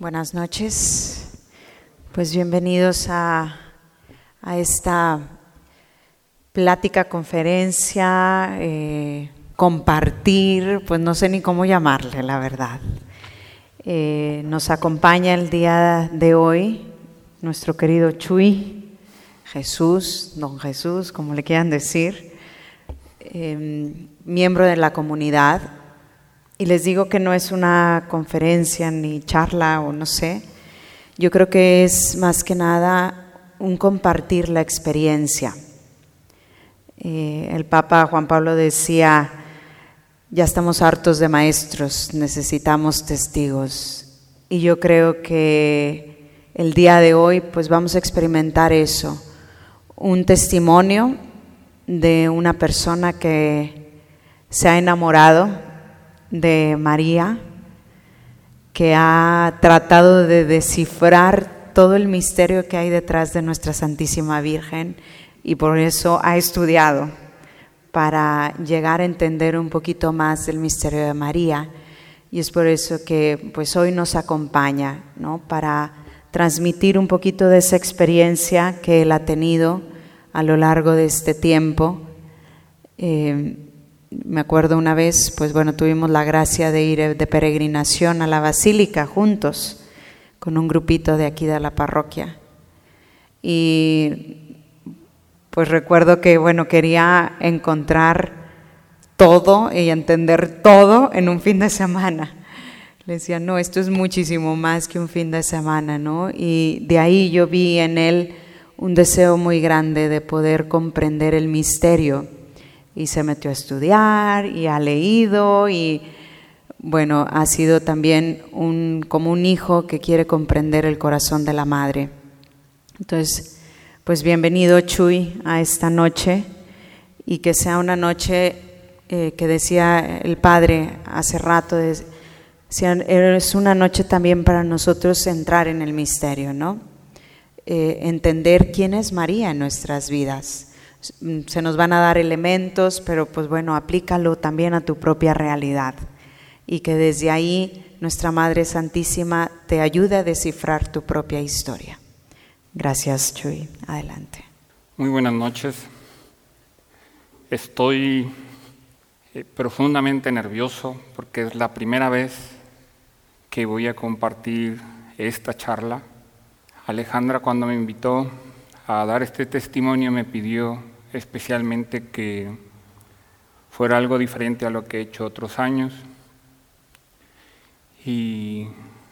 Buenas noches. Pues bienvenidos a esta plática, conferencia, compartir, pues no sé ni cómo llamarle, la verdad. Nos acompaña el día de hoy nuestro querido Chuy, Jesús, don Jesús, como le quieran decir, miembro de la comunidad. Y les digo que no es una conferencia ni charla o no sé, yo creo que es más que nada un compartir la experiencia. El Papa Juan Pablo decía, ya estamos hartos de maestros, necesitamos testigos. Y yo creo que el día de hoy pues vamos a experimentar eso, un testimonio de una persona que se ha enamorado de María, que ha tratado de descifrar todo el misterio que hay detrás de nuestra Santísima Virgen y por eso ha estudiado para llegar a entender un poquito más del misterio de María, y es por eso que pues hoy nos acompaña, ¿no? Para transmitir un poquito de esa experiencia que él ha tenido a lo largo de este tiempo. Me acuerdo una vez, pues bueno, tuvimos la gracia de ir de peregrinación a la Basílica juntos, con un grupito de aquí de la parroquia. Y pues recuerdo que, bueno, quería encontrar todo y entender todo en un fin de semana. Le decía, no, esto es muchísimo más que un fin de semana, ¿no? Y de ahí yo vi en él un deseo muy grande de poder comprender el misterio. Y se metió a estudiar y ha leído y bueno, ha sido también como un hijo que quiere comprender el corazón de la madre. Entonces, pues bienvenido Chuy a esta noche y que sea una noche que decía el padre hace rato, es una noche también para nosotros entrar en el misterio, ¿no? Entender quién es María en nuestras vidas. Se nos van a dar elementos, pero pues bueno, aplícalo también a tu propia realidad y que desde ahí nuestra Madre Santísima te ayude a descifrar tu propia historia. Gracias, Chuy. Adelante. Muy buenas noches. Estoy profundamente nervioso porque es la primera vez que voy a compartir esta charla. Alejandra, cuando me invitó a dar este testimonio, me pidió especialmente que fuera algo diferente a lo que he hecho otros años. Y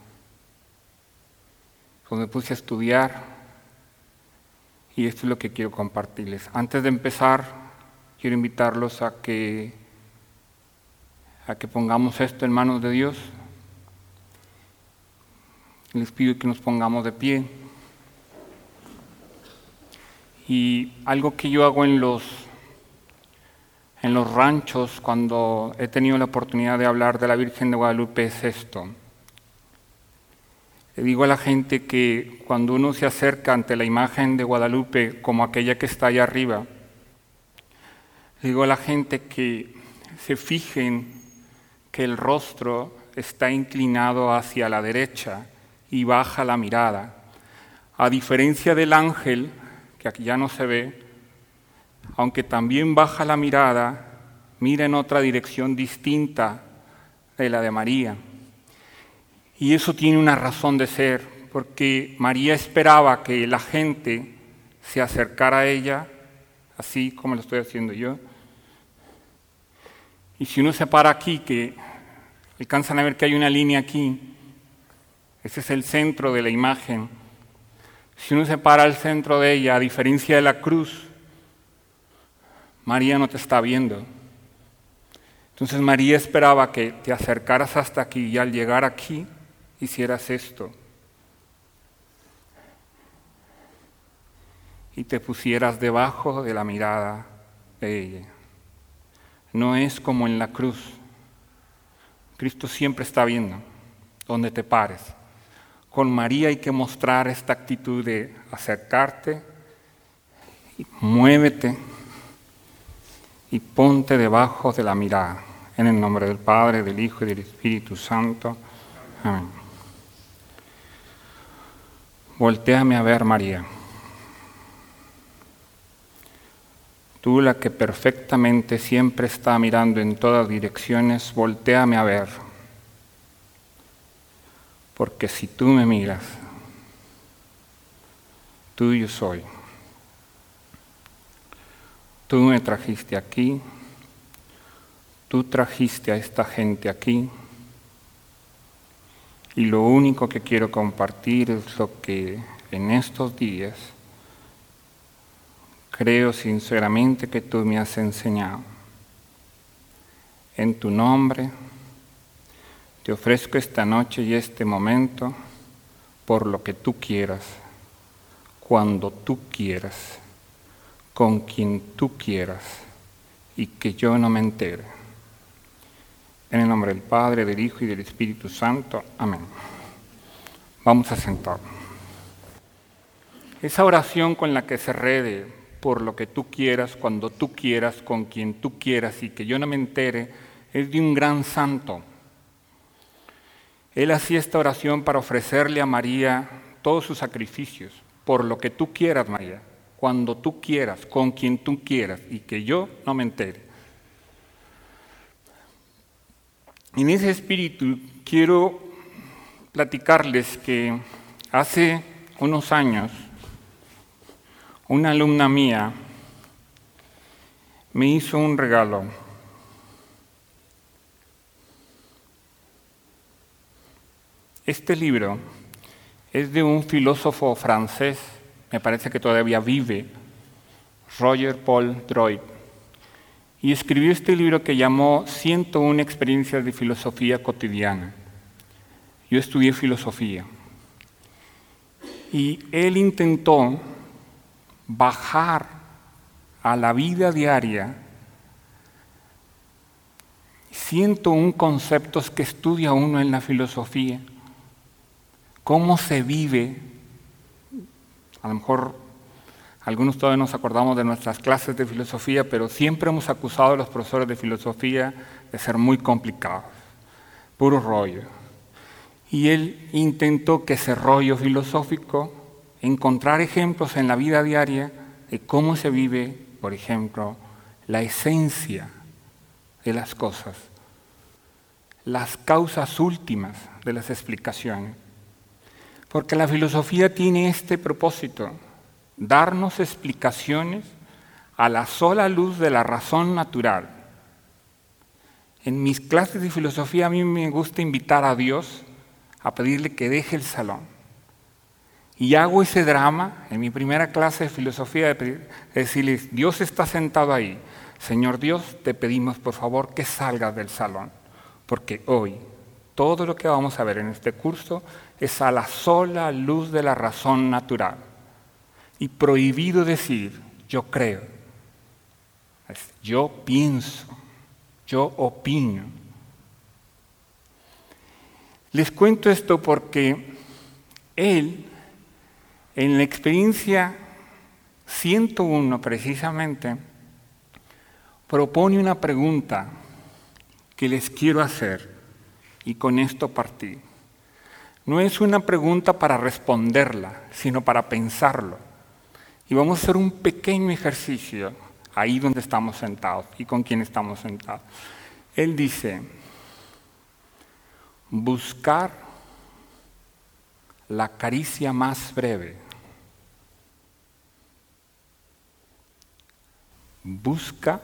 pues me puse a estudiar y esto es lo que quiero compartirles. Antes de empezar, quiero invitarlos a que pongamos esto en manos de Dios. Les pido que nos pongamos de pie. Y algo que yo hago en los ranchos cuando he tenido la oportunidad de hablar de la Virgen de Guadalupe es esto. Le digo a la gente que cuando uno se acerca ante la imagen de Guadalupe como aquella que está allá arriba, le digo a la gente que se fijen que el rostro está inclinado hacia la derecha y baja la mirada. A diferencia del ángel, que aquí ya no se ve, aunque también baja la mirada, mira en otra dirección distinta de la de María. Y eso tiene una razón de ser, porque María esperaba que la gente se acercara a ella, así como lo estoy haciendo yo. Y si uno se para aquí, que alcanzan a ver que hay una línea aquí, ese es el centro de la imagen. Si uno se para al centro de ella, a diferencia de la cruz, María no te está viendo. Entonces María esperaba que te acercaras hasta aquí y al llegar aquí hicieras esto. Y te pusieras debajo de la mirada de ella. No es como en la cruz. Cristo siempre está viendo donde te pares. Con María hay que mostrar esta actitud de acercarte, y muévete y ponte debajo de la mirada. En el nombre del Padre, del Hijo y del Espíritu Santo. Amén. Voltéame a ver, María. Tú, la que perfectamente siempre está mirando en todas direcciones, voltéame a ver. Porque si tú me miras, tuyo soy. Tú me trajiste aquí, tú trajiste a esta gente aquí, y lo único que quiero compartir es lo que en estos días creo sinceramente que tú me has enseñado. En tu nombre te ofrezco esta noche y este momento por lo que tú quieras, cuando tú quieras, con quien tú quieras, y que yo no me entere. En el nombre del Padre, del Hijo y del Espíritu Santo. Amén. Vamos a sentarnos. Esa oración con la que cerré de por lo que tú quieras, cuando tú quieras, con quien tú quieras y que yo no me entere, es de un gran santo. Él hacía esta oración para ofrecerle a María todos sus sacrificios, por lo que tú quieras, María, cuando tú quieras, con quien tú quieras y que yo no me entere. En ese espíritu quiero platicarles que hace unos años una alumna mía me hizo un regalo. Este libro es de un filósofo francés, me parece que todavía vive, Roger Paul Droit, y escribió este libro que llamó 101 experiencias de filosofía cotidiana. Yo estudié filosofía y él intentó bajar a la vida diaria 101 conceptos que estudia uno en la filosofía. Cómo se vive, a lo mejor algunos todavía nos acordamos de nuestras clases de filosofía, pero siempre hemos acusado a los profesores de filosofía de ser muy complicados, puro rollo. Y él intentó que ese rollo filosófico, encontrar ejemplos en la vida diaria de cómo se vive, por ejemplo, la esencia de las cosas, las causas últimas de las explicaciones. Porque la filosofía tiene este propósito, darnos explicaciones a la sola luz de la razón natural. En mis clases de filosofía a mí me gusta invitar a Dios a pedirle que deje el salón. Y hago ese drama en mi primera clase de filosofía de decirle, Dios está sentado ahí. Señor Dios, te pedimos por favor que salgas del salón, porque hoy todo lo que vamos a ver en este curso es a la sola luz de la razón natural. Y prohibido decir, yo creo, yo pienso, yo opino. Les cuento esto porque él, en la experiencia 101 precisamente, propone una pregunta que les quiero hacer y con esto partir. No es una pregunta para responderla, sino para pensarlo. Y vamos a hacer un pequeño ejercicio ahí donde estamos sentados y con quien estamos sentados. Él dice, buscar la caricia más breve. Busca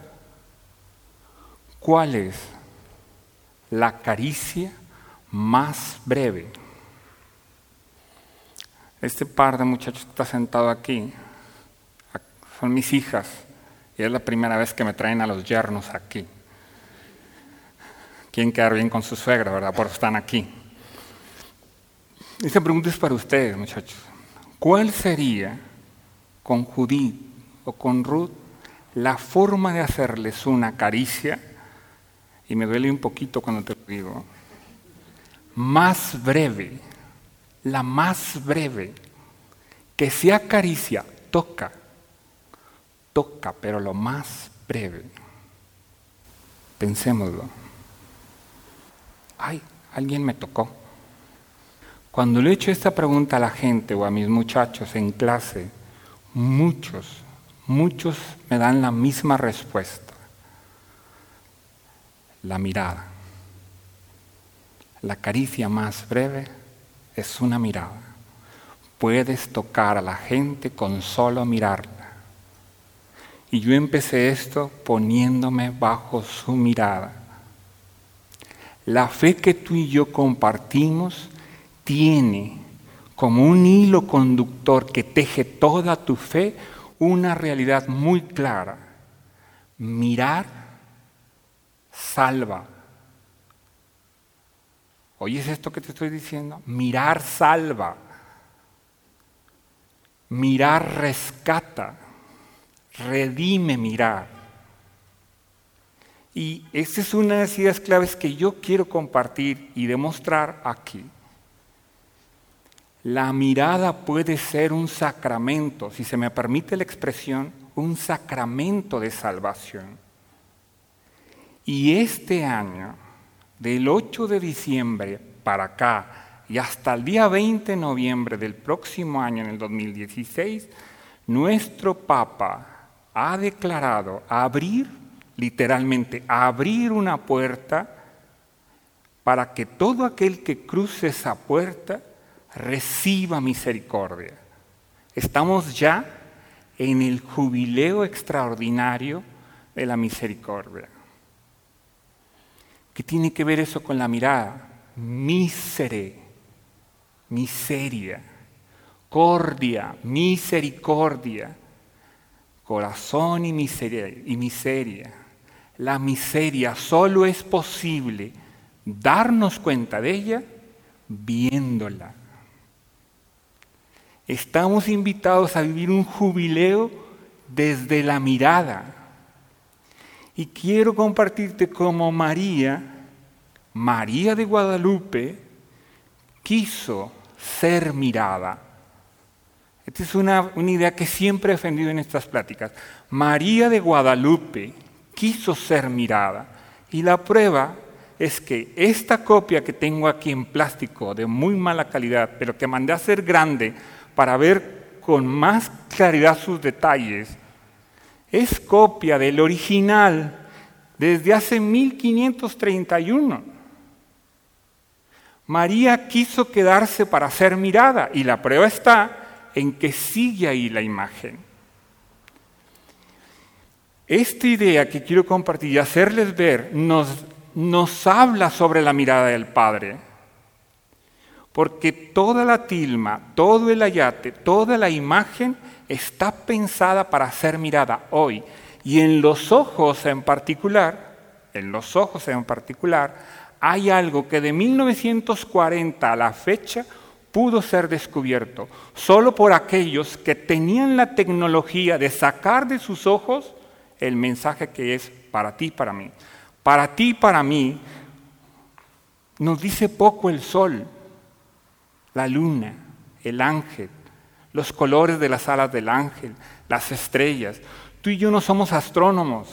cuál es la caricia más breve. Este par de muchachos que está sentado aquí son mis hijas y es la primera vez que me traen a los yernos aquí. Quieren quedar bien con su suegra, ¿verdad? Por eso están aquí. Esta pregunta es para ustedes, muchachos. ¿Cuál sería con Judith o con Ruth la forma de hacerles una caricia? Y me duele un poquito cuando te lo digo. Más breve, la más breve, que sea caricia, toca, pero lo más breve. Pensémoslo. Ay, alguien me tocó. Cuando le he hecho esta pregunta a la gente o a mis muchachos en clase, muchos me dan la misma respuesta. La mirada. La caricia más breve es una mirada. Puedes tocar a la gente con solo mirarla. Y yo empecé esto poniéndome bajo su mirada. La fe que tú y yo compartimos tiene como un hilo conductor que teje toda tu fe una realidad muy clara. Mirar salva. ¿Oyes esto que te estoy diciendo? Mirar salva. Mirar rescata. Redime mirar. Y esta es una de las ideas claves que yo quiero compartir y demostrar aquí. La mirada puede ser un sacramento, si se me permite la expresión, un sacramento de salvación. Y este año, del 8 de diciembre para acá y hasta el día 20 de noviembre del próximo año, en el 2016, nuestro Papa ha declarado literalmente abrir una puerta para que todo aquel que cruce esa puerta reciba misericordia. Estamos ya en el jubileo extraordinario de la misericordia. ¿Qué tiene que ver eso con la mirada? Miseria, cordia, misericordia, corazón y miseria. La miseria solo es posible darnos cuenta de ella viéndola. Estamos invitados a vivir un jubileo desde la mirada. Y quiero compartirte cómo María de Guadalupe, quiso ser mirada. Esta es una idea que siempre he defendido en estas pláticas. María de Guadalupe quiso ser mirada. Y la prueba es que esta copia que tengo aquí en plástico, de muy mala calidad, pero que mandé a hacer grande para ver con más claridad sus detalles, es copia del original desde hace 1531. María quiso quedarse para ser mirada y la prueba está en que sigue ahí la imagen. Esta idea que quiero compartir y hacerles ver nos habla sobre la mirada del Padre. Porque toda la tilma, todo el ayate, toda la imagen está pensada para ser mirada hoy. Y en los ojos en particular, hay algo que de 1940 a la fecha pudo ser descubierto solo por aquellos que tenían la tecnología de sacar de sus ojos el mensaje que es para ti y para mí. Para ti y para mí nos dice poco el sol, la luna, el ángel, los colores de las alas del ángel, las estrellas. Tú y yo no somos astrónomos.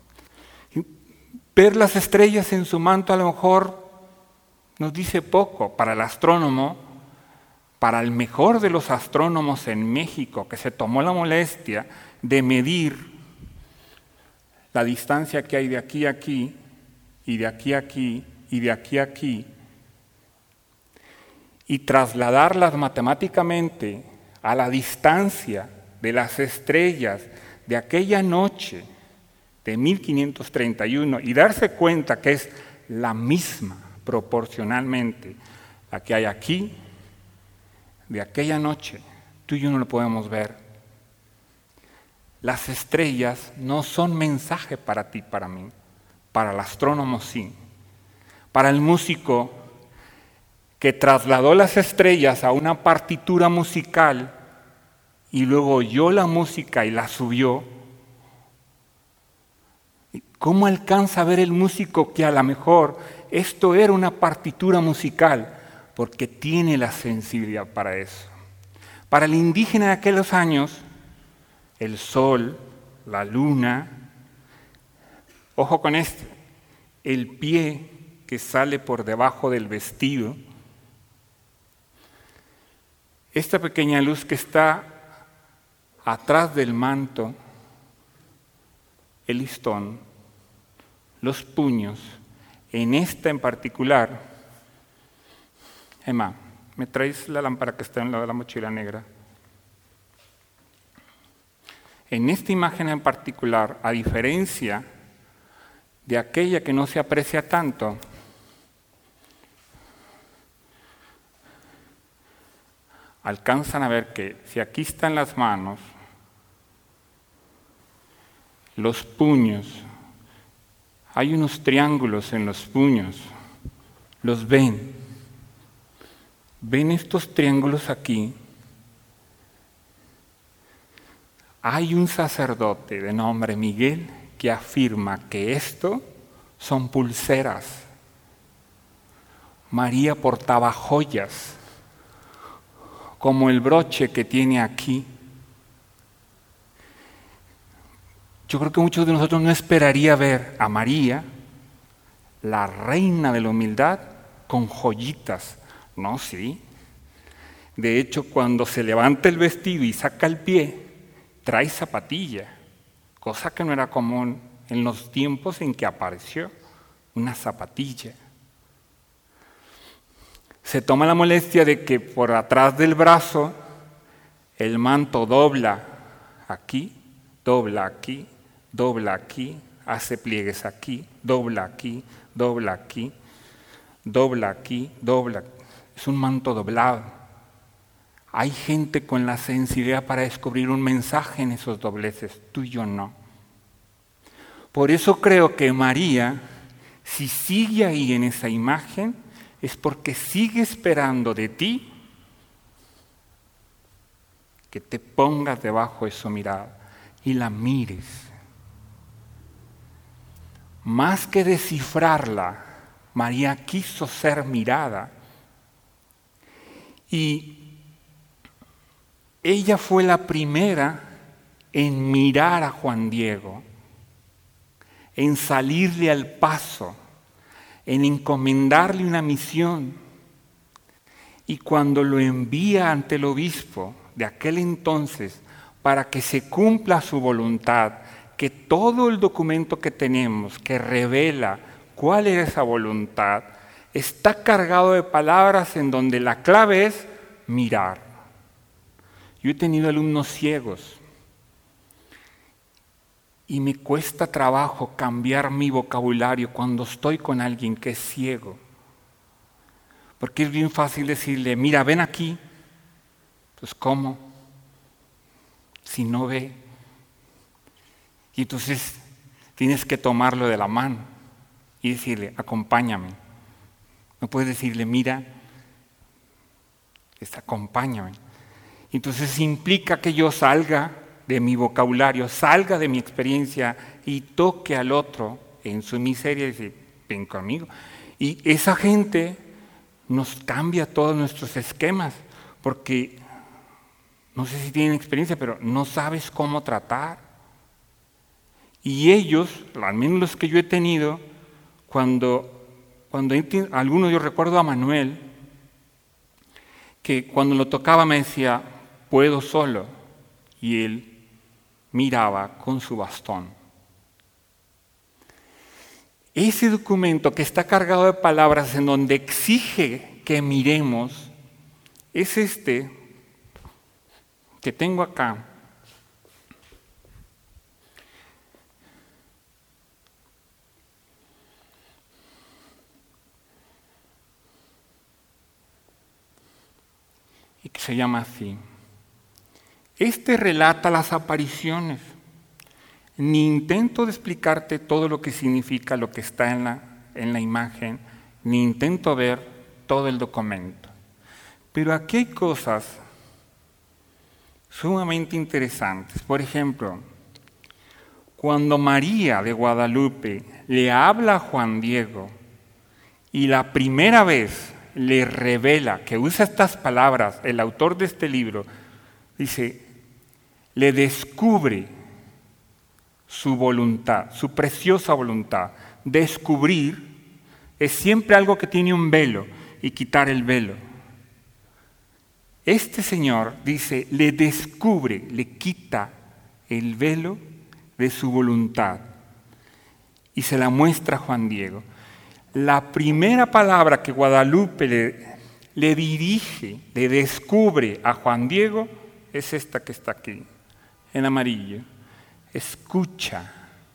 Ver las estrellas en su manto a lo mejor nos dice poco. Para el astrónomo, para el mejor de los astrónomos en México, que se tomó la molestia de medir la distancia que hay de aquí a aquí, y de aquí a aquí, y de aquí a aquí, y trasladarlas matemáticamente a la distancia de las estrellas de aquella noche de 1531 y darse cuenta que es la misma proporcionalmente la que hay aquí, de aquella noche, tú y yo no lo podemos ver. Las estrellas no son mensaje para ti, para mí, para el astrónomo sí. Para el músico que trasladó las estrellas a una partitura musical y luego oyó la música y la subió, ¿cómo alcanza a ver el músico que a lo mejor esto era una partitura musical? Porque tiene la sensibilidad para eso. Para el indígena de aquellos años, el sol, la luna, ojo con esto, el pie que sale por debajo del vestido, esta pequeña luz que está atrás del manto, el listón, los puños, en esta en particular. Emma, ¿me traes la lámpara que está en la mochila negra? En esta imagen en particular, a diferencia de aquella que no se aprecia tanto, alcanzan a ver que si aquí están las manos, los puños, hay unos triángulos en los puños, los ven. ¿Ven estos triángulos aquí? Hay un sacerdote de nombre Miguel que afirma que esto son pulseras. María portaba joyas, como el broche que tiene aquí. Yo creo que muchos de nosotros no esperaría ver a María, la reina de la humildad, con joyitas. No, sí. De hecho, cuando se levanta el vestido y saca el pie, trae zapatilla, cosa que no era común en los tiempos en que apareció, una zapatilla. Se toma la molestia de que por atrás del brazo el manto dobla aquí, dobla aquí, dobla aquí, hace pliegues aquí, dobla aquí, dobla aquí, dobla aquí, dobla. Es un manto doblado. Hay gente con la sensibilidad para descubrir un mensaje en esos dobleces, tú y yo no. Por eso creo que María, si sigue ahí en esa imagen, es porque sigue esperando de ti que te pongas debajo de su mirada y la mires. Más que descifrarla, María quiso ser mirada y ella fue la primera en mirar a Juan Diego, en salirle al paso, en encomendarle una misión. Y cuando lo envía ante el obispo de aquel entonces para que se cumpla su voluntad, que todo el documento que tenemos que revela cuál es esa voluntad, está cargado de palabras en donde la clave es mirar. Yo he tenido alumnos ciegos y me cuesta trabajo cambiar mi vocabulario cuando estoy con alguien que es ciego. Porque es bien fácil decirle, mira, ven aquí. Pues ¿cómo? Si no ve. Y entonces tienes que tomarlo de la mano y decirle, acompáñame. No puedes decirle, mira, acompáñame. Entonces implica que yo salga de mi vocabulario, salga de mi experiencia y toque al otro en su miseria y decir, ven conmigo. Y esa gente nos cambia todos nuestros esquemas, porque no sé si tienen experiencia, pero no sabes cómo tratar. Y ellos, al menos los que yo he tenido, algunos, yo recuerdo a Manuel, que cuando lo tocaba me decía, puedo solo, y él miraba con su bastón. Ese documento que está cargado de palabras en donde exige que miremos, es este que tengo acá. Y que se llama así. Este relata las apariciones. Ni intento de explicarte todo lo que significa lo que está en la imagen, ni intento ver todo el documento. Pero aquí hay cosas sumamente interesantes. Por ejemplo, cuando María de Guadalupe le habla a Juan Diego y la primera vez le revela que usa estas palabras, el autor de este libro, dice, le descubre su voluntad, su preciosa voluntad. Descubrir es siempre algo que tiene un velo y quitar el velo. Este Señor, dice, le descubre, le quita el velo de su voluntad y se la muestra a Juan Diego. La primera palabra que Guadalupe le dirige, le descubre a Juan Diego, es esta que está aquí, en amarillo. Escucha.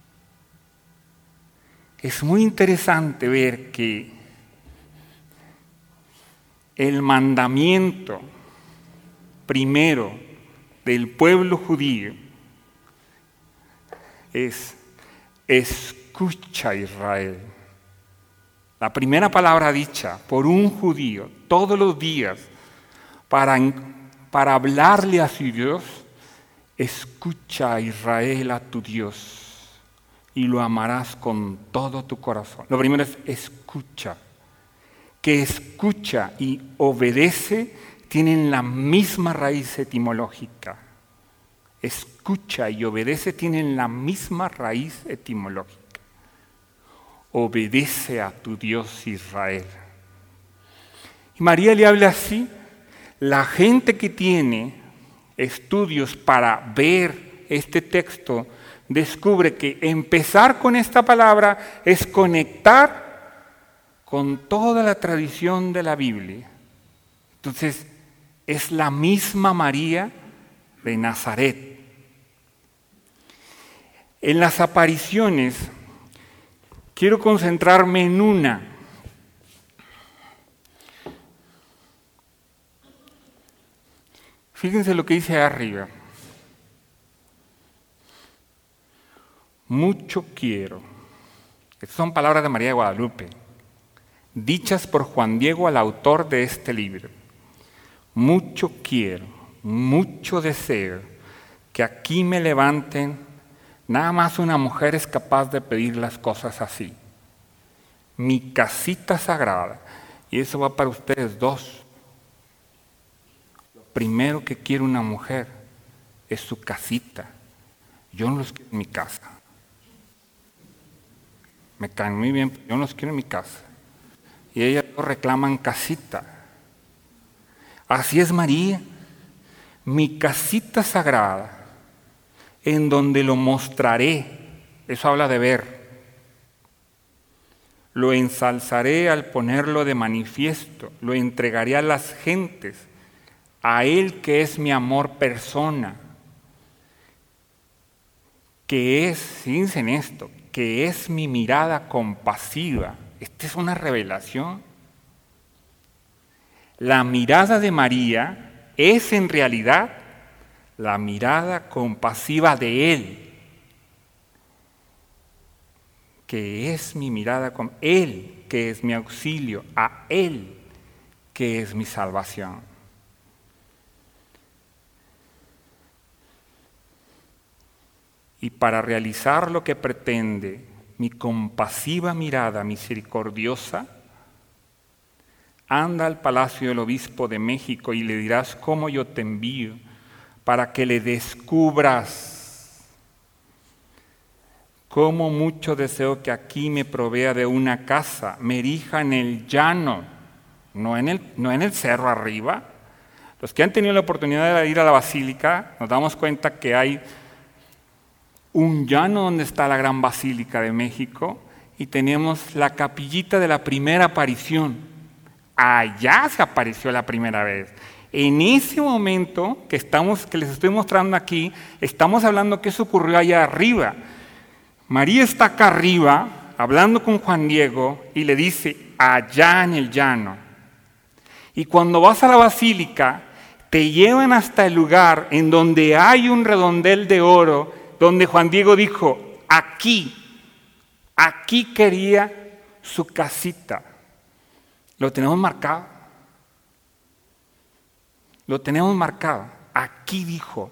Es muy interesante ver que el mandamiento primero del pueblo judío es: escucha, Israel. La primera palabra dicha por un judío todos los días para hablarle a su Dios: escucha, Israel, a tu Dios y lo amarás con todo tu corazón. Lo primero es escucha. Que escucha y obedece tienen la misma raíz etimológica. Escucha y obedece tienen la misma raíz etimológica. Obedece a tu Dios Israel. Y María le habla así. La gente que tiene estudios para ver este texto descubre que empezar con esta palabra es conectar con toda la tradición de la Biblia. Entonces, es la misma María de Nazaret. En las apariciones, quiero concentrarme en una. Fíjense lo que dice ahí arriba. Mucho quiero. Estas son palabras de María de Guadalupe, dichas por Juan Diego, al autor de este libro. Mucho quiero, mucho deseo que aquí me levanten. Nada más una mujer es capaz de pedir las cosas así. Mi casita sagrada. Y eso va para ustedes dos. Lo primero que quiere una mujer es su casita. Yo no los quiero en mi casa. Me caen muy bien, pero yo no los quiero en mi casa. Y ellas reclaman casita. Así es María. Mi casita sagrada, en donde lo mostraré. Eso habla de ver. Lo ensalzaré al ponerlo de manifiesto. Lo entregaré a las gentes. A Él que es mi amor persona. Que es, fíjense en esto, que es mi mirada compasiva. Esta es una revelación. La mirada de María es en realidad la mirada compasiva de Él, que es mi mirada con Él, que es mi auxilio, a Él, que es mi salvación. Y para realizar lo que pretende mi compasiva mirada misericordiosa, anda al palacio del obispo de México y le dirás cómo yo te envío para que le descubras cómo mucho deseo que aquí me provea de una casa, me erija en el llano, no en el cerro arriba. Los que han tenido la oportunidad de ir a la basílica, nos damos cuenta que hay un llano donde está la gran basílica de México y tenemos la capillita de la primera aparición. Allá se apareció la primera vez. En ese momento que les estoy mostrando aquí, estamos hablando que eso ocurrió allá arriba. María está acá arriba, hablando con Juan Diego, y le dice, allá en el llano. Y cuando vas a la basílica, te llevan hasta el lugar en donde hay un redondel de oro, donde Juan Diego dijo, aquí quería su casita. Lo tenemos marcado. Lo tenemos marcado. Aquí dijo.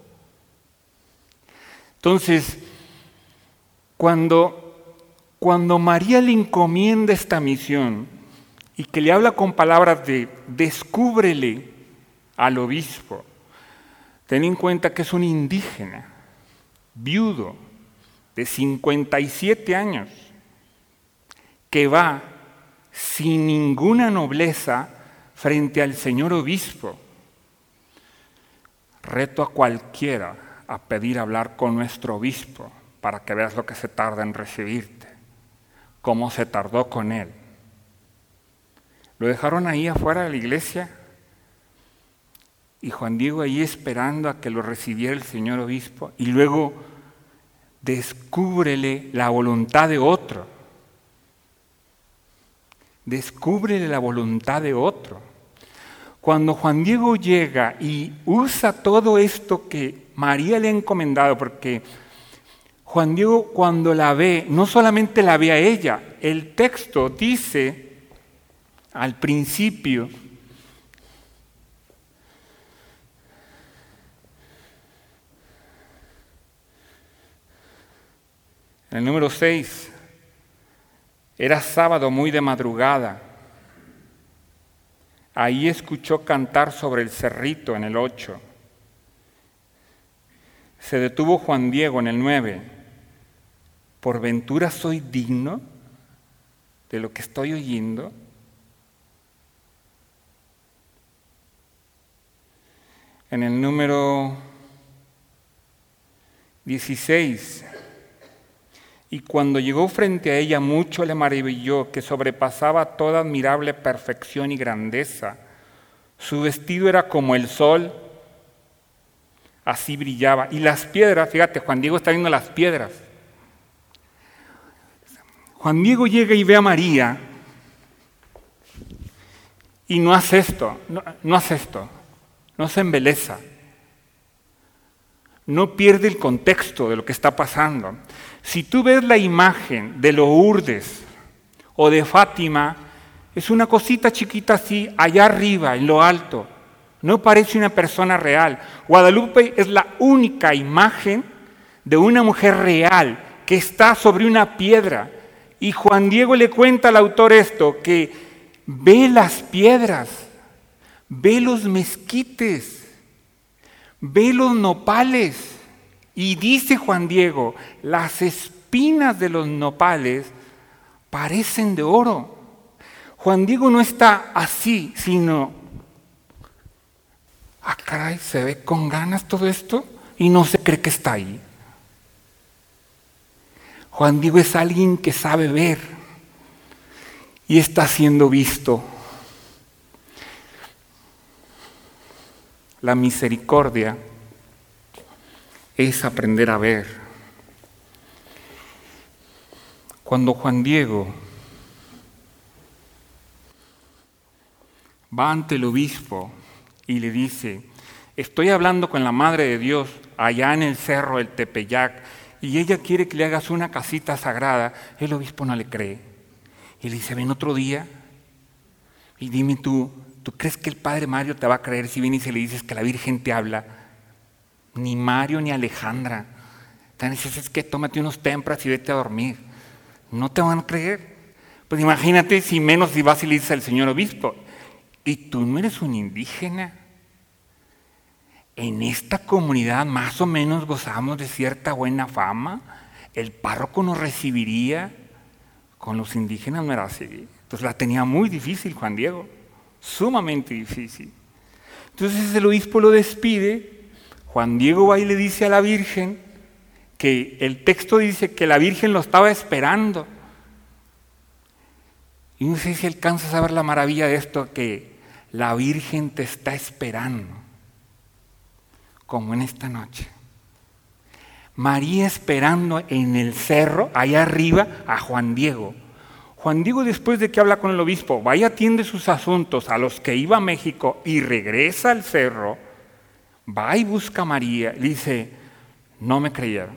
Entonces, cuando María le encomienda esta misión y que le habla con palabras de descúbrele al obispo, ten en cuenta que es un indígena, viudo, de 57 años, que va sin ninguna nobleza frente al señor obispo Reto a cualquiera a pedir hablar con nuestro obispo para que veas lo que se tarda en recibirte, cómo se tardó con él. Lo dejaron ahí afuera de la iglesia y Juan Diego ahí esperando a que lo recibiera el señor obispo, y luego descúbrele la voluntad de otro. Descúbrele la voluntad de otro. Cuando Juan Diego llega y usa todo esto que María le ha encomendado, porque Juan Diego cuando la ve, no solamente la ve a ella, el texto dice al principio, en el número 6, era sábado muy de madrugada. Ahí escuchó cantar sobre el cerrito en el 8. Se detuvo Juan Diego en el 9. ¿Por ventura soy digno de lo que estoy oyendo? En el número 16. Y cuando llegó frente a ella, mucho le maravilló, que sobrepasaba toda admirable perfección y grandeza. Su vestido era como el sol, así brillaba. Y las piedras, fíjate, Juan Diego está viendo las piedras. Juan Diego llega y ve a María y no hace esto, no se embeleza. No pierde el contexto de lo que está pasando. Si tú ves la imagen de Lourdes o de Fátima, es una cosita chiquita así, allá arriba, en lo alto. No parece una persona real. Guadalupe es la única imagen de una mujer real que está sobre una piedra. Y Juan Diego le cuenta al autor esto, que ve las piedras, ve los mezquites, ve los nopales. Y dice Juan Diego, las espinas de los nopales parecen de oro. Juan Diego no está así, sino, caray, se ve con ganas todo esto y no se cree que está ahí. Juan Diego es alguien que sabe ver y está siendo visto. La misericordia es aprender a ver. Cuando Juan Diego va ante el obispo y le dice, estoy hablando con la Madre de Dios allá en el cerro del Tepeyac y ella quiere que le hagas una casita sagrada, el obispo no le cree. Y le dice, ven otro día y dime ¿tú crees que el padre Mario te va a creer si vienes y le dices que la Virgen te habla? Ni Mario ni Alejandra. Te dices, es que tómate unos tempras y vete a dormir. No te van a creer. Pues imagínate si menos si vas y le dices al señor obispo, ¿y tú no eres un indígena? En esta comunidad más o menos gozamos de cierta buena fama. El párroco nos recibiría. Con los indígenas no era así. Entonces la tenía muy difícil Juan Diego. Sumamente difícil. Entonces el obispo lo despide. Juan Diego va y le dice a la Virgen que el texto dice que la Virgen lo estaba esperando. Y no sé si alcanzas a ver la maravilla de esto, que la Virgen te está esperando, como en esta noche. María esperando en el cerro, allá arriba, a Juan Diego. Juan Diego, después de que habla con el obispo, va y atiende sus asuntos a los que iba a México y regresa al cerro, va y busca a María, le dice, no me creyeron.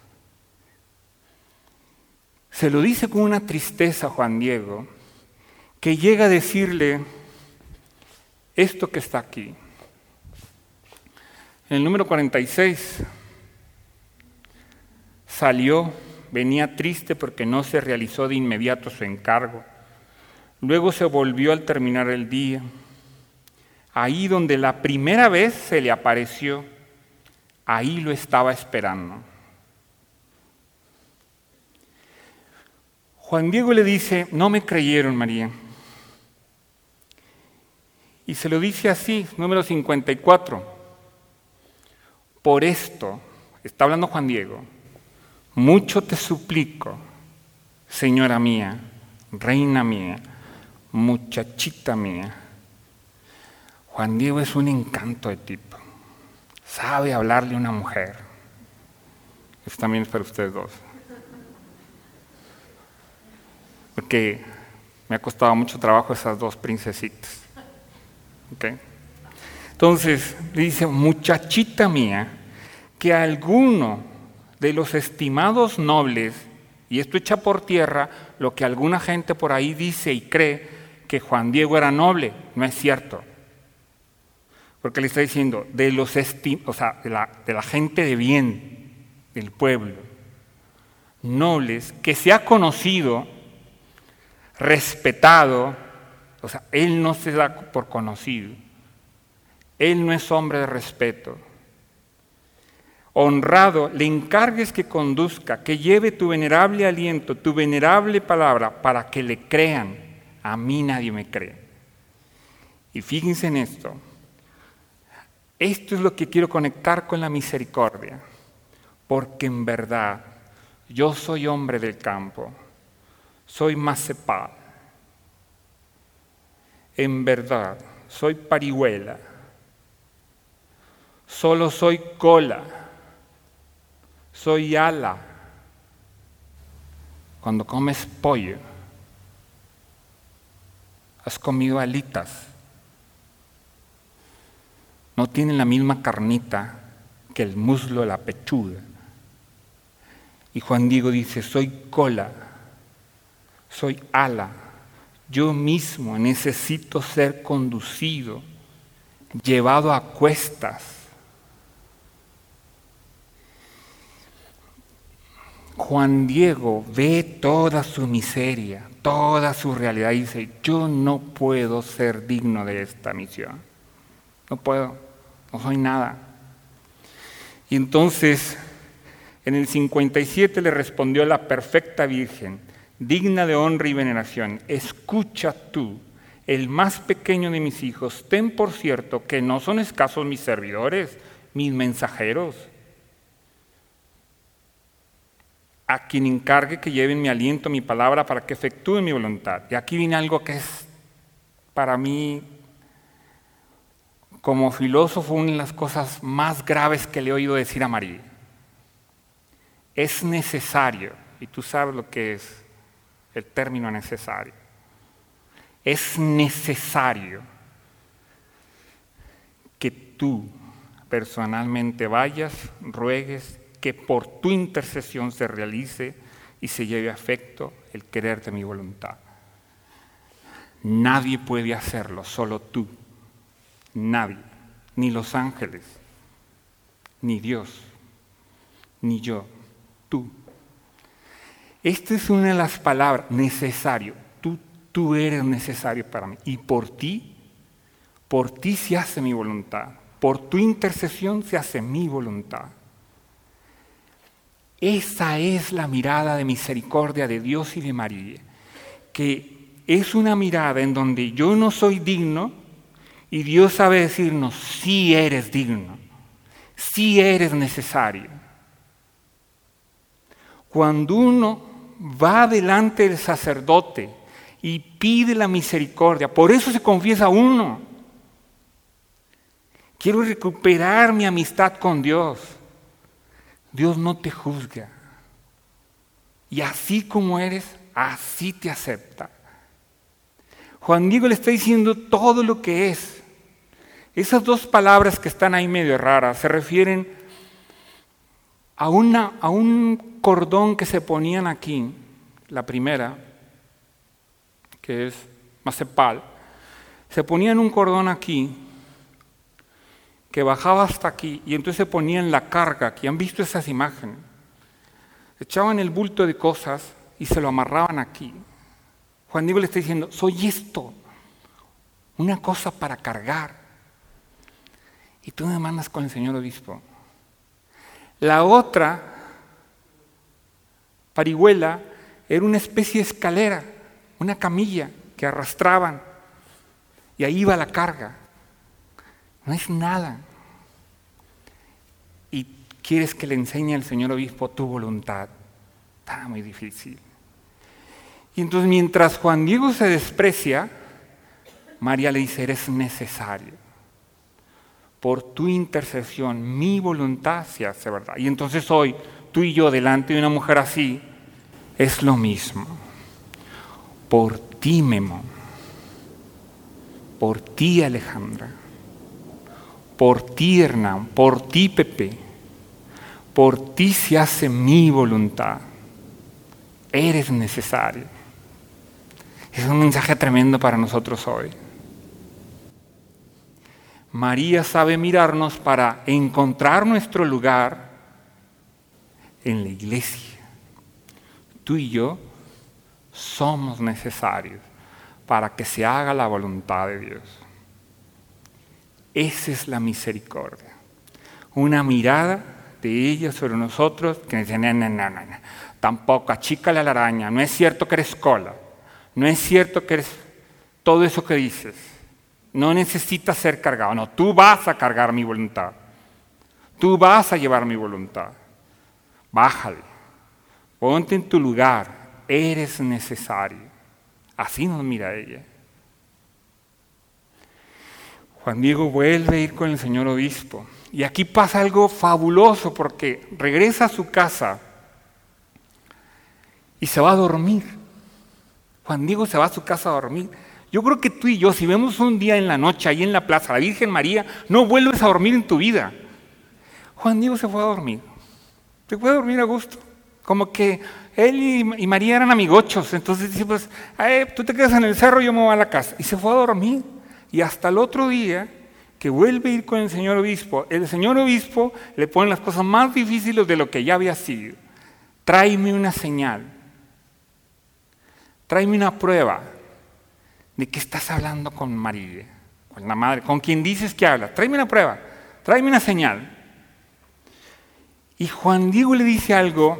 Se lo dice con una tristeza a Juan Diego, que llega a decirle esto que está aquí. En el número 46, salió, venía triste porque no se realizó de inmediato su encargo. Luego se volvió al terminar el día. Ahí donde la primera vez se le apareció, ahí lo estaba esperando. Juan Diego le dice, no me creyeron, María. Y se lo dice así, número 54. Por esto, está hablando Juan Diego, mucho te suplico, señora mía, reina mía, muchachita mía. Juan Diego es un encanto de tipo. Sabe hablarle a una mujer. Eso también es para ustedes dos. Porque me ha costado mucho trabajo esas dos princesitas. ¿Okay? Entonces, dice, muchachita mía, que alguno de los estimados nobles, y esto echa por tierra lo que alguna gente por ahí dice y cree, que Juan Diego era noble, no es cierto. Porque le está diciendo, de la gente de bien del pueblo, nobles, que se ha conocido, respetado, o sea, él no se da por conocido, él no es hombre de respeto. Honrado, le encargues que conduzca, que lleve tu venerable aliento, tu venerable palabra, para que le crean. A mí nadie me cree. Y fíjense en esto. Esto es lo que quiero conectar con la misericordia, porque en verdad yo soy hombre del campo, soy macepal, en verdad soy parihuela, solo soy cola, soy ala. Cuando comes pollo, has comido alitas. No tienen la misma carnita que el muslo de la pechuga. Y Juan Diego dice, soy cola, soy ala. Yo mismo necesito ser conducido, llevado a cuestas. Juan Diego ve toda su miseria, toda su realidad y dice, yo no puedo ser digno de esta misión. No puedo, no soy nada. Y entonces, en el 57 le respondió la perfecta Virgen, digna de honra y veneración, escucha tú, el más pequeño de mis hijos, ten por cierto que no son escasos mis servidores, mis mensajeros, a quien encargue que lleven mi aliento, mi palabra, para que efectúen mi voluntad. Y aquí viene algo que es para mí, como filósofo, una de las cosas más graves que le he oído decir a María. Es necesario, y tú sabes lo que es el término necesario, es necesario que tú personalmente vayas, ruegues, que por tu intercesión se realice y se lleve a efecto el querer de mi voluntad. Nadie puede hacerlo, solo tú. Nadie, ni los ángeles, ni Dios, ni yo, tú. Esta es una de las palabras, necesario. Tú eres necesario para mí. Y por ti se hace mi voluntad. Por tu intercesión se hace mi voluntad. Esa es la mirada de misericordia de Dios y de María, que es una mirada en donde yo no soy digno, y Dios sabe decirnos, sí eres digno, sí eres necesario. Cuando uno va delante del sacerdote y pide la misericordia, por eso se confiesa uno. Quiero recuperar mi amistad con Dios. Dios no te juzga. Y así como eres, así te acepta. Juan Diego le está diciendo todo lo que es. Esas dos palabras que están ahí medio raras se refieren a un cordón que se ponían aquí, la primera, que es macepal, se ponían un cordón aquí que bajaba hasta aquí y entonces se ponían la carga aquí. ¿Han visto esas imágenes? Echaban el bulto de cosas y se lo amarraban aquí. Juan Diego le está diciendo, soy esto, una cosa para cargar. Y tú me mandas con el señor obispo. La otra, parihuela, era una especie de escalera, una camilla que arrastraban. Y ahí iba la carga. No es nada. y quieres que le enseñe al señor obispo tu voluntad. Está muy difícil. Y entonces mientras Juan Diego se desprecia, María le dice, eres necesario. Por tu intercesión, mi voluntad se hace verdad. Y entonces hoy, tú y yo, delante de una mujer así, es lo mismo. Por ti, Memo. Por ti, Alejandra. Por ti, Hernán. Por ti, Pepe. Por ti se hace mi voluntad. Eres necesario. Es un mensaje tremendo para nosotros hoy. María sabe mirarnos para encontrar nuestro lugar en la iglesia. Tú y yo somos necesarios para que se haga la voluntad de Dios. Esa es la misericordia. Una mirada de ella sobre nosotros que nos dice, no. Tampoco, achícale a la araña. No es cierto que eres cola. No es cierto que eres todo eso que dices. No necesitas ser cargado. No, tú vas a cargar mi voluntad. Tú vas a llevar mi voluntad. Bájale. Ponte en tu lugar. Eres necesario. Así nos mira ella. Juan Diego vuelve a ir con el señor obispo. Y aquí pasa algo fabuloso porque regresa a su casa y se va a dormir. Juan Diego se va a su casa a dormir. Yo creo que tú y yo, si vemos un día en la noche ahí en la plaza, la Virgen María, no vuelves a dormir en tu vida. Juan Diego se fue a dormir. Se fue a dormir a gusto. Como que él y María eran amigochos. Entonces dice, pues, tú te quedas en el cerro y yo me voy a la casa. Y se fue a dormir. Y hasta el otro día, que vuelve a ir con el señor obispo le pone las cosas más difíciles de lo que ya había sido. Tráeme una señal. Tráeme una prueba de que estás hablando con María, con la madre, con quien dices que hablas. Tráeme una prueba, tráeme una señal. Y Juan Diego le dice algo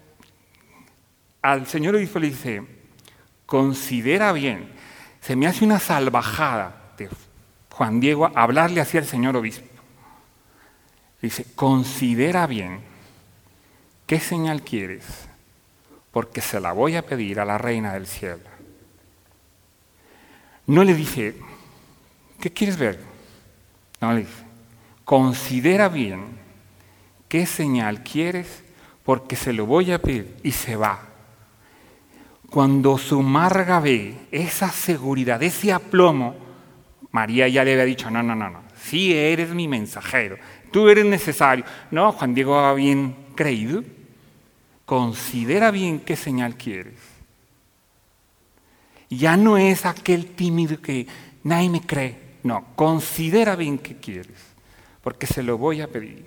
al señor obispo, le dice, considera bien. Se me hace una salvajada de Juan Diego hablarle así al señor obispo. Dice, considera bien qué señal quieres, porque se la voy a pedir a la reina del cielo. No le dice, ¿qué quieres ver? No le dice, considera bien qué señal quieres, porque se lo voy a pedir, y se va. Cuando su Marga ve esa seguridad, ese aplomo, María ya le había dicho, no, sí eres mi mensajero, tú eres necesario. No, Juan Diego va bien creído, considera bien qué señal quieres. Ya no es aquel tímido que nadie me cree. No, considera bien qué quieres, porque se lo voy a pedir.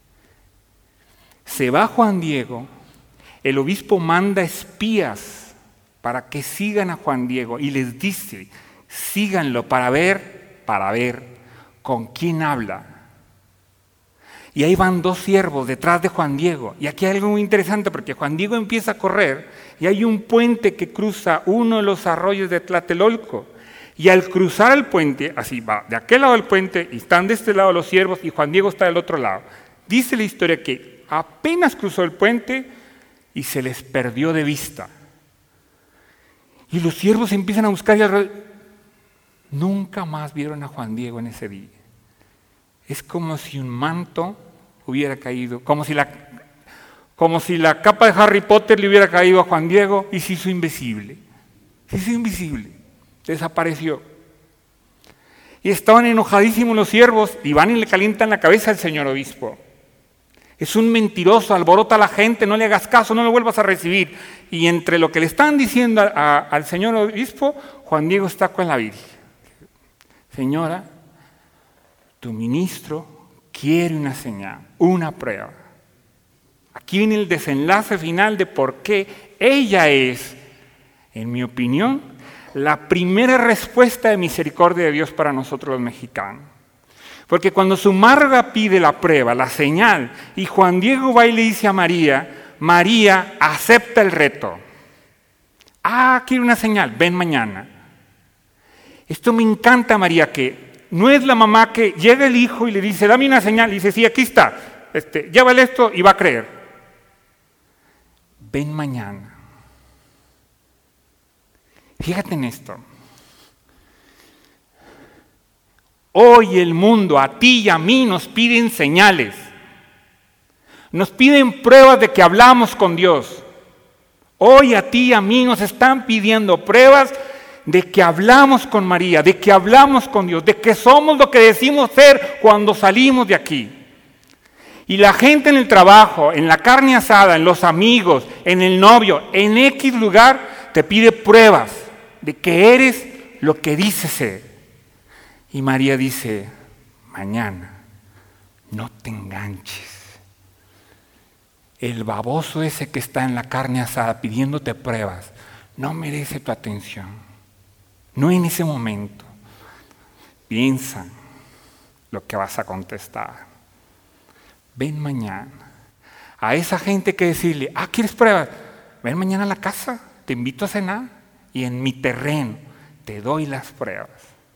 Se va Juan Diego, el obispo manda espías para que sigan a Juan Diego y les dice, síganlo para ver con quién habla. Y ahí van dos siervos detrás de Juan Diego. Y aquí hay algo muy interesante porque Juan Diego empieza a correr y hay un puente que cruza uno de los arroyos de Tlatelolco. Y al cruzar el puente, así va, de aquel lado del puente, y están de este lado los siervos y Juan Diego está del otro lado. Dice la historia que apenas cruzó el puente y se les perdió de vista. Y los siervos empiezan a buscar y nunca más vieron a Juan Diego en ese día. Es como si un manto hubiera caído, como si la capa de Harry Potter le hubiera caído a Juan Diego y se hizo invisible. Se hizo invisible, desapareció. Y estaban enojadísimos los siervos y van y le calientan la cabeza al señor obispo. Es un mentiroso, alborota a la gente, no le hagas caso, no lo vuelvas a recibir. Y entre lo que le están diciendo al señor obispo, Juan Diego está con la Virgen. Señora, tu ministro quiere una señal, una prueba. Aquí viene el desenlace final de por qué ella es, en mi opinión, la primera respuesta de misericordia de Dios para nosotros los mexicanos. Porque cuando su Marga pide la prueba, la señal, y Juan Diego va y le dice a María, María acepta el reto. Quiere una señal, ven mañana. Esto me encanta, María, que no es la mamá que llega el hijo y le dice, dame una señal, y dice, sí, aquí está, llévale esto y va a creer. Ven mañana. Fíjate en esto. Hoy el mundo, a ti y a mí, nos piden señales. Nos piden pruebas de que hablamos con Dios. Hoy a ti y a mí nos están pidiendo pruebas de que hablamos con María, de que hablamos con Dios, de que somos lo que decimos ser cuando salimos de aquí. Y la gente en el trabajo, en la carne asada, en los amigos, en el novio, en X lugar, te pide pruebas de que eres lo que dices ser. Y María dice, mañana, no te enganches. El baboso ese que está en la carne asada pidiéndote pruebas, no merece tu atención. No en ese momento. Piensa lo que vas a contestar. Ven mañana. A esa gente que decirle, ¿quieres pruebas? Ven mañana a la casa, te invito a cenar y en mi terreno te doy las pruebas.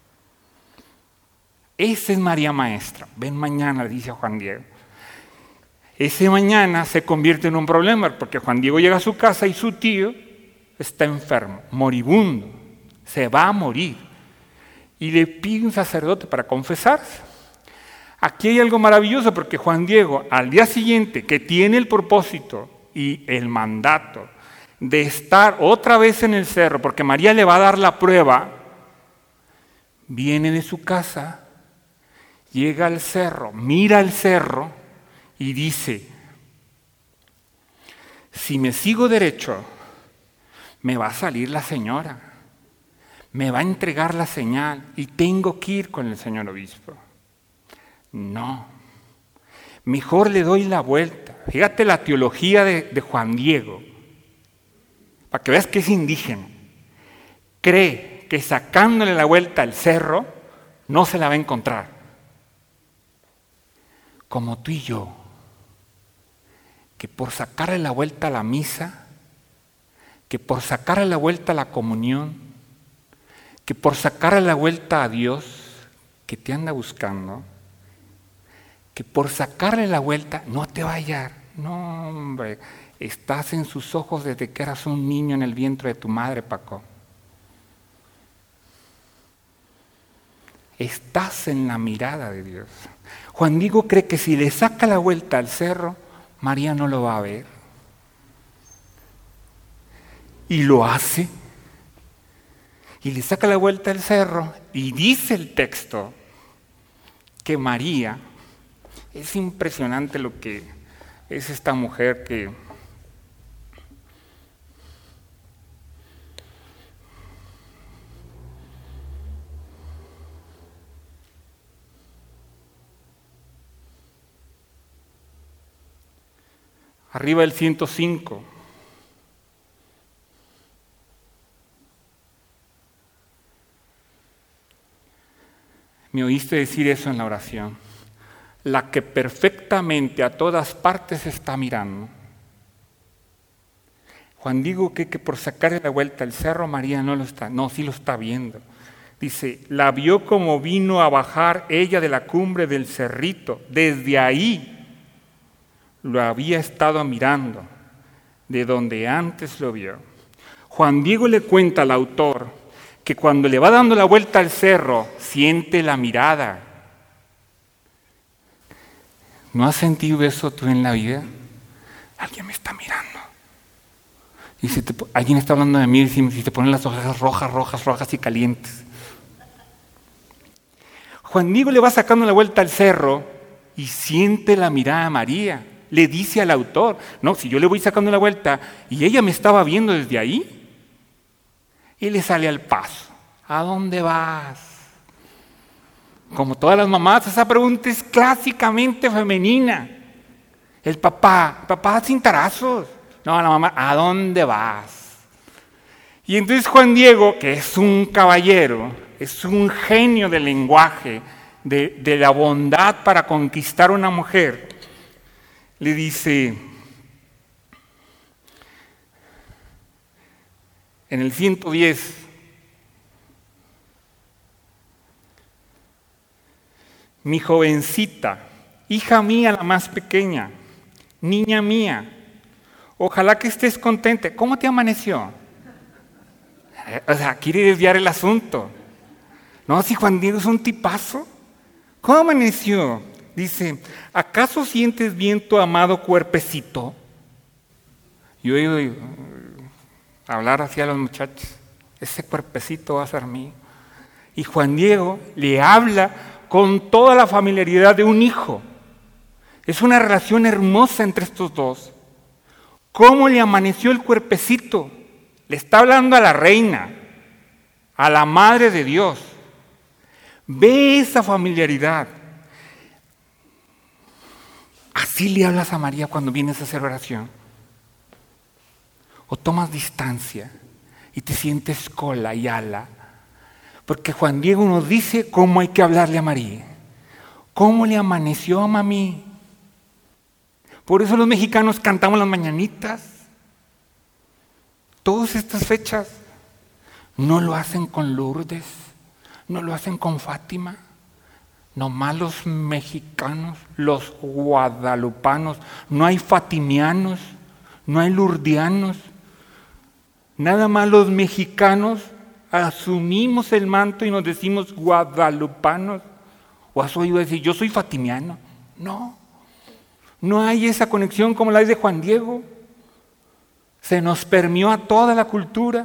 Esa es María Maestra. Ven mañana, dice Juan Diego. Ese mañana se convierte en un problema porque Juan Diego llega a su casa y su tío está enfermo, moribundo, se va a morir. Y le pide un sacerdote para confesarse. Aquí hay algo maravilloso porque Juan Diego, al día siguiente, que tiene el propósito y el mandato de estar otra vez en el cerro, porque María le va a dar la prueba, viene de su casa, llega al cerro, mira el cerro y dice, si me sigo derecho, me va a salir la señora, me va a entregar la señal y tengo que ir con el señor obispo. No, mejor le doy la vuelta. Fíjate la teología de Juan Diego, para que veas que es indígena. Cree que sacándole la vuelta al cerro, no se la va a encontrar. Como tú y yo, que por sacarle la vuelta a la misa, que por sacarle la vuelta a la comunión, que por sacarle la vuelta a Dios, que te anda buscando, que por sacarle la vuelta no te va a hallar. No, hombre, estás en sus ojos desde que eras un niño en el vientre de tu madre, Paco. Estás en la mirada de Dios. Juan Diego cree que si le saca la vuelta al cerro, María no lo va a ver. Y lo hace. Y le saca la vuelta al cerro y dice el texto que María, es impresionante lo que es esta mujer que arriba del 105. Me oíste decir eso en la oración. La que perfectamente a todas partes está mirando. Juan Diego que por sacarle la vuelta al cerro, María no lo está, no, sí lo está viendo. Dice, la vio como vino a bajar ella de la cumbre del cerrito. Desde ahí lo había estado mirando, de donde antes lo vio. Juan Diego le cuenta al autor que cuando le va dando la vuelta al cerro, siente la mirada. ¿No has sentido eso tú en la vida? Alguien me está mirando. Y alguien está hablando de mí y si te ponen las hojas rojas y calientes. Juan Diego le va sacando la vuelta al cerro y siente la mirada a María. Le dice al autor, no, si yo le voy sacando la vuelta y ella me estaba viendo desde ahí, y le sale al paso. ¿A dónde vas? Como todas las mamás, esa pregunta es clásicamente femenina. El papá cintarazos. No, la mamá, ¿a dónde vas? Y entonces Juan Diego, que es un caballero, es un genio del lenguaje, de la bondad para conquistar a una mujer, le dice, en el 110, mi jovencita, hija mía, la más pequeña, niña mía, ojalá que estés contenta. ¿Cómo te amaneció? O sea, quiere desviar el asunto. No, si Juan Diego es un tipazo. ¿Cómo amaneció? Dice, ¿acaso sientes bien tu amado cuerpecito? Yo he oído hablar así a los muchachos. Ese cuerpecito va a ser mío. Y Juan Diego le habla con toda la familiaridad de un hijo. Es una relación hermosa entre estos dos. ¿Cómo le amaneció el cuerpecito? Le está hablando a la reina, a la Madre de Dios. Ve esa familiaridad. ¿Así le hablas a María cuando vienes a hacer oración? ¿O tomas distancia y te sientes cola y ala? Porque Juan Diego nos dice cómo hay que hablarle a María. ¿Cómo le amaneció a mami? Por eso los mexicanos cantamos las mañanitas. Todas estas fechas no lo hacen con Lourdes, no lo hacen con Fátima. Nomás los mexicanos, los guadalupanos. No hay fatimianos, no hay lurdianos. Nada más los mexicanos asumimos el manto y nos decimos guadalupanos. ¿O has oído decir, yo soy fatimiano? No, no hay esa conexión como la hay de Juan Diego. Se nos permeó a toda la cultura.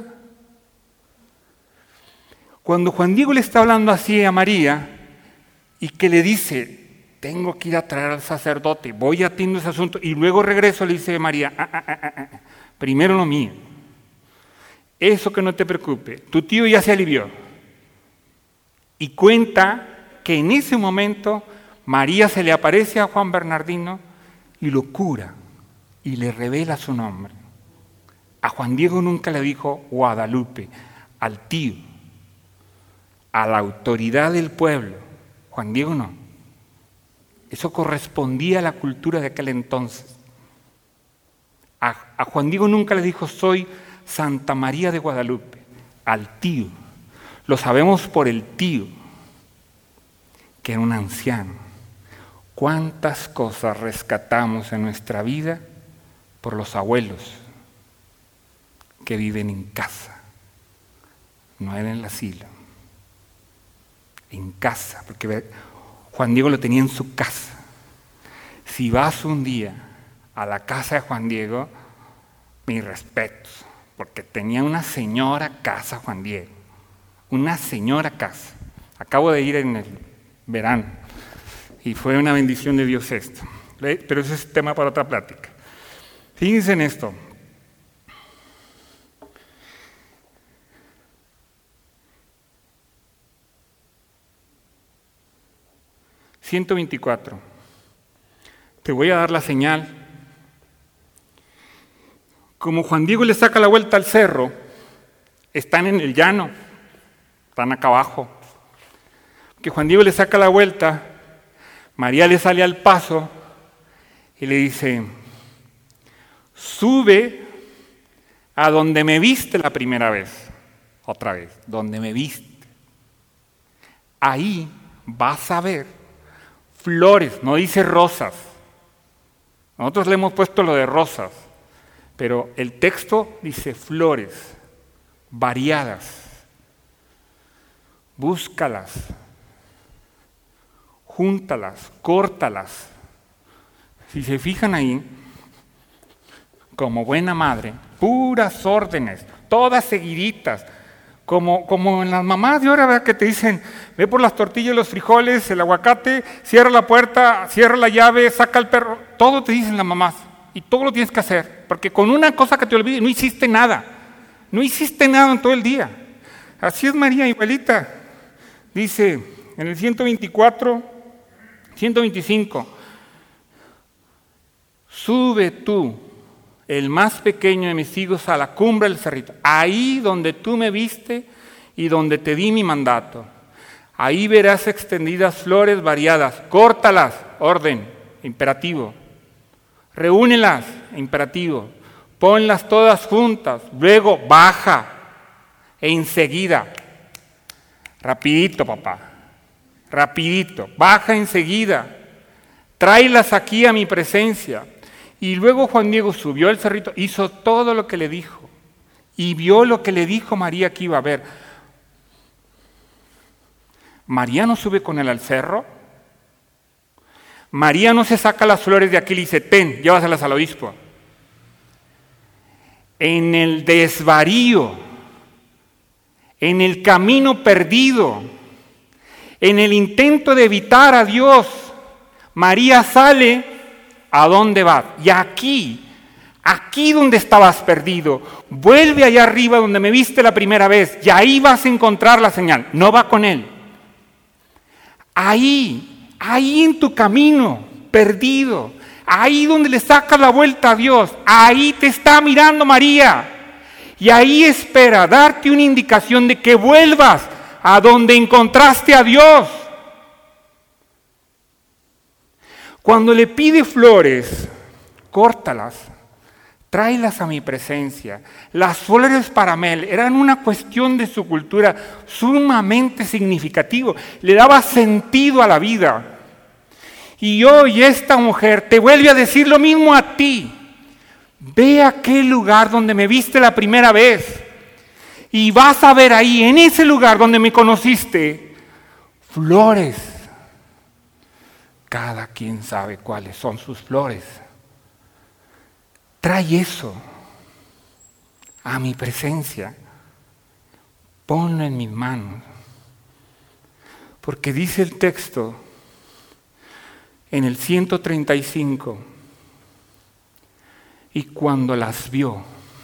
Cuando Juan Diego le está hablando así a María y que le dice, tengo que ir a traer al sacerdote, voy atiendo ese asunto y luego regreso, le dice María, primero lo mío. Eso que no te preocupe, tu tío ya se alivió. Y cuenta que en ese momento María se le aparece a Juan Bernardino y lo cura y le revela su nombre. A Juan Diego nunca le dijo Guadalupe, al tío, a la autoridad del pueblo. Juan Diego no. Eso correspondía a la cultura de aquel entonces. A Juan Diego nunca le dijo soy Santa María de Guadalupe, al tío. Lo sabemos por el tío, que era un anciano. ¿Cuántas cosas rescatamos en nuestra vida por los abuelos que viven en casa? No en el asilo, en casa, porque Juan Diego lo tenía en su casa. Si vas un día a la casa de Juan Diego, mis respetos, porque tenía una señora casa Juan Diego, una señora casa. Acabo de ir en el verano y fue una bendición de Dios esto, pero ese es tema para otra plática. Fíjense en esto. ...124... Te voy a dar la señal. Como Juan Diego le saca la vuelta al cerro, están en el llano, están acá abajo. Que Juan Diego le saca la vuelta, María le sale al paso y le dice, sube a donde me viste la primera vez. Otra vez, donde me viste. Ahí vas a ver flores, no dice rosas. Nosotros le hemos puesto lo de rosas, pero el texto dice flores, variadas. Búscalas, júntalas, córtalas. Si se fijan ahí, como buena madre, puras órdenes, todas seguiditas, como en las mamás de ahora, ¿verdad? Que te dicen, ve por las tortillas, los frijoles, el aguacate, cierra la puerta, cierra la llave, saca al perro, todo te dicen las mamás, y todo lo tienes que hacer, porque con una cosa que te olvides, no hiciste nada en todo el día. Así es María, igualita. Dice en el 124, 125, sube tú, el más pequeño de mis hijos, a la cumbre del cerrito, ahí donde tú me viste y donde te di mi mandato. Ahí verás extendidas flores variadas, córtalas, orden, imperativo. Reúnelas, imperativo. Ponlas todas juntas, luego baja e enseguida. Rapidito, papá, rapidito, baja enseguida. tráelas aquí a mi presencia. Y luego Juan Diego subió al cerrito, hizo todo lo que le dijo y vio lo que le dijo María que iba a ver. María no sube con él al cerro. María no se saca las flores de aquí y le dice, ten, llévaselas al obispo. En el desvarío, en el camino perdido, en el intento de evitar a Dios, María sale, ¿a dónde va? Y aquí donde estabas perdido, vuelve allá arriba donde me viste la primera vez, y ahí vas a encontrar la señal. No va con él. Ahí en tu camino perdido, ahí donde le sacas la vuelta a Dios, ahí te está mirando María. Y ahí espera darte una indicación de que vuelvas a donde encontraste a Dios. Cuando le pide flores, córtalas, tráelas a mi presencia. Las flores para Mel eran una cuestión de su cultura sumamente significativo. Le daba sentido a la vida. Y hoy esta mujer te vuelve a decir lo mismo a ti. Ve a aquel lugar donde me viste la primera vez y vas a ver ahí, en ese lugar donde me conociste, flores. Cada quien sabe cuáles son sus flores. Trae eso a mi presencia. Ponlo en mis manos. Porque dice el texto en el 135, y cuando las vio,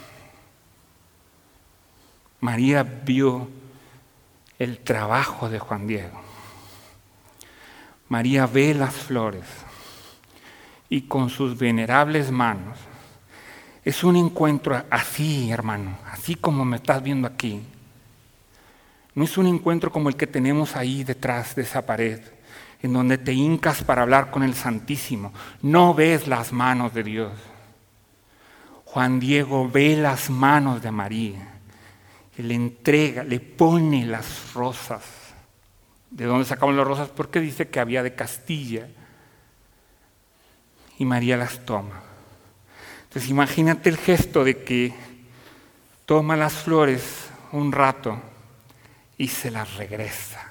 María vio el trabajo de Juan Diego. María ve las flores y con sus venerables manos, es un encuentro así, hermano, así como me estás viendo aquí. No es un encuentro como el que tenemos ahí detrás de esa pared, en donde te hincas para hablar con el Santísimo. No ves las manos de Dios. Juan Diego ve las manos de María. Él le entrega, le pone las rosas. ¿De dónde sacamos las rosas? Porque dice que había de Castilla. Y María las toma. Entonces imagínate el gesto de que toma las flores un rato y se las regresa.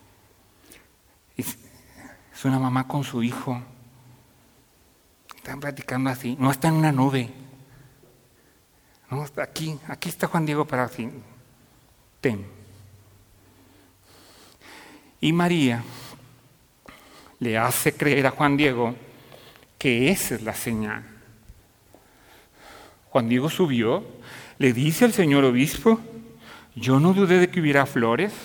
Es una mamá con su hijo. Están platicando así. No está en una nube. No, está aquí está Juan Diego para así. Ten. Y María le hace creer a Juan Diego que esa es la señal. Juan Diego subió, le dice al señor obispo, yo no dudé de que hubiera flores.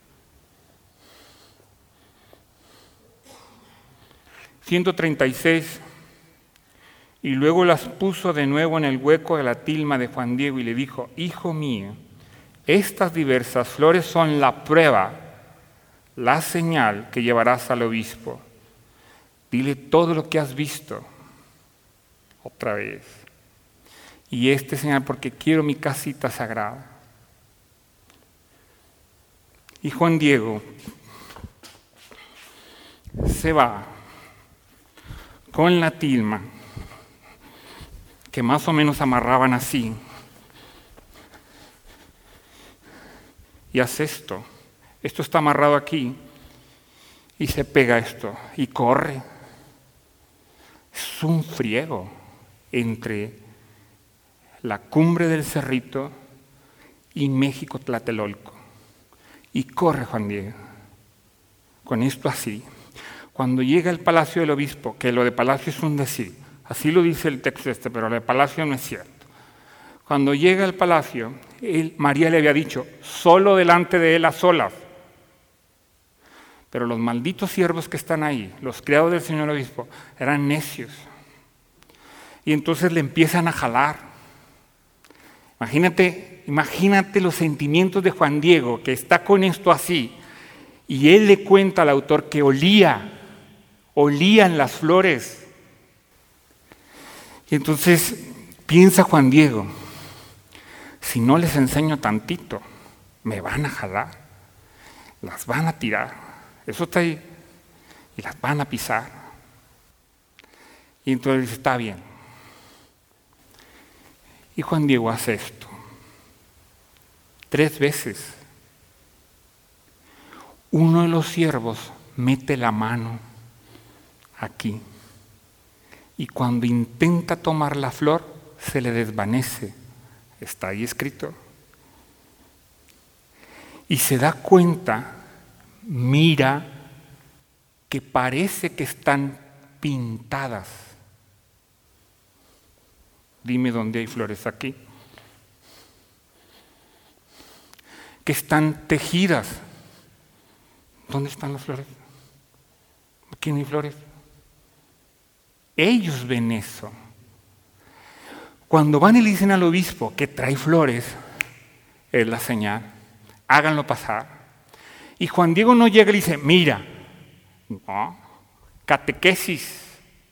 ...136... y luego las puso de nuevo en el hueco de la tilma de Juan Diego y le dijo, hijo mío, estas diversas flores son la prueba, la señal que llevarás al obispo. Dile todo lo que has visto, otra vez. Y señal porque quiero mi casita sagrada. Y Juan Diego se va con la tilma, que más o menos amarraban así, y hace esto está amarrado aquí, y se pega esto, y corre. Es un friego entre la cumbre del cerrito y México Tlatelolco, y corre Juan Diego, con esto así. Cuando llega al palacio del obispo, que lo de palacio es un decir, así lo dice el texto pero lo de palacio no es cierto. Cuando llega al palacio, María le había dicho, solo delante de él a solas. Pero los malditos siervos que están ahí, los criados del señor obispo, eran necios. Y entonces le empiezan a jalar. Imagínate los sentimientos de Juan Diego, que está con esto así. Y él le cuenta al autor que olían las flores. Y entonces piensa Juan Diego, si no les enseño tantito, me van a jalar, las van a tirar, eso está ahí, y las van a pisar. Y entonces dice, está bien. Y Juan Diego hace esto 3 veces. Uno de los siervos mete la mano aquí y cuando intenta tomar la flor se le desvanece. Está ahí escrito. Y se da cuenta, mira, que parece que están pintadas. Dime dónde hay flores aquí. Que están tejidas. ¿Dónde están las flores? Aquí no hay flores. Ellos ven eso. Cuando van y le dicen al obispo que trae flores, es la señal. Háganlo pasar. Y Juan Diego no llega y le dice, mira, no, catequesis.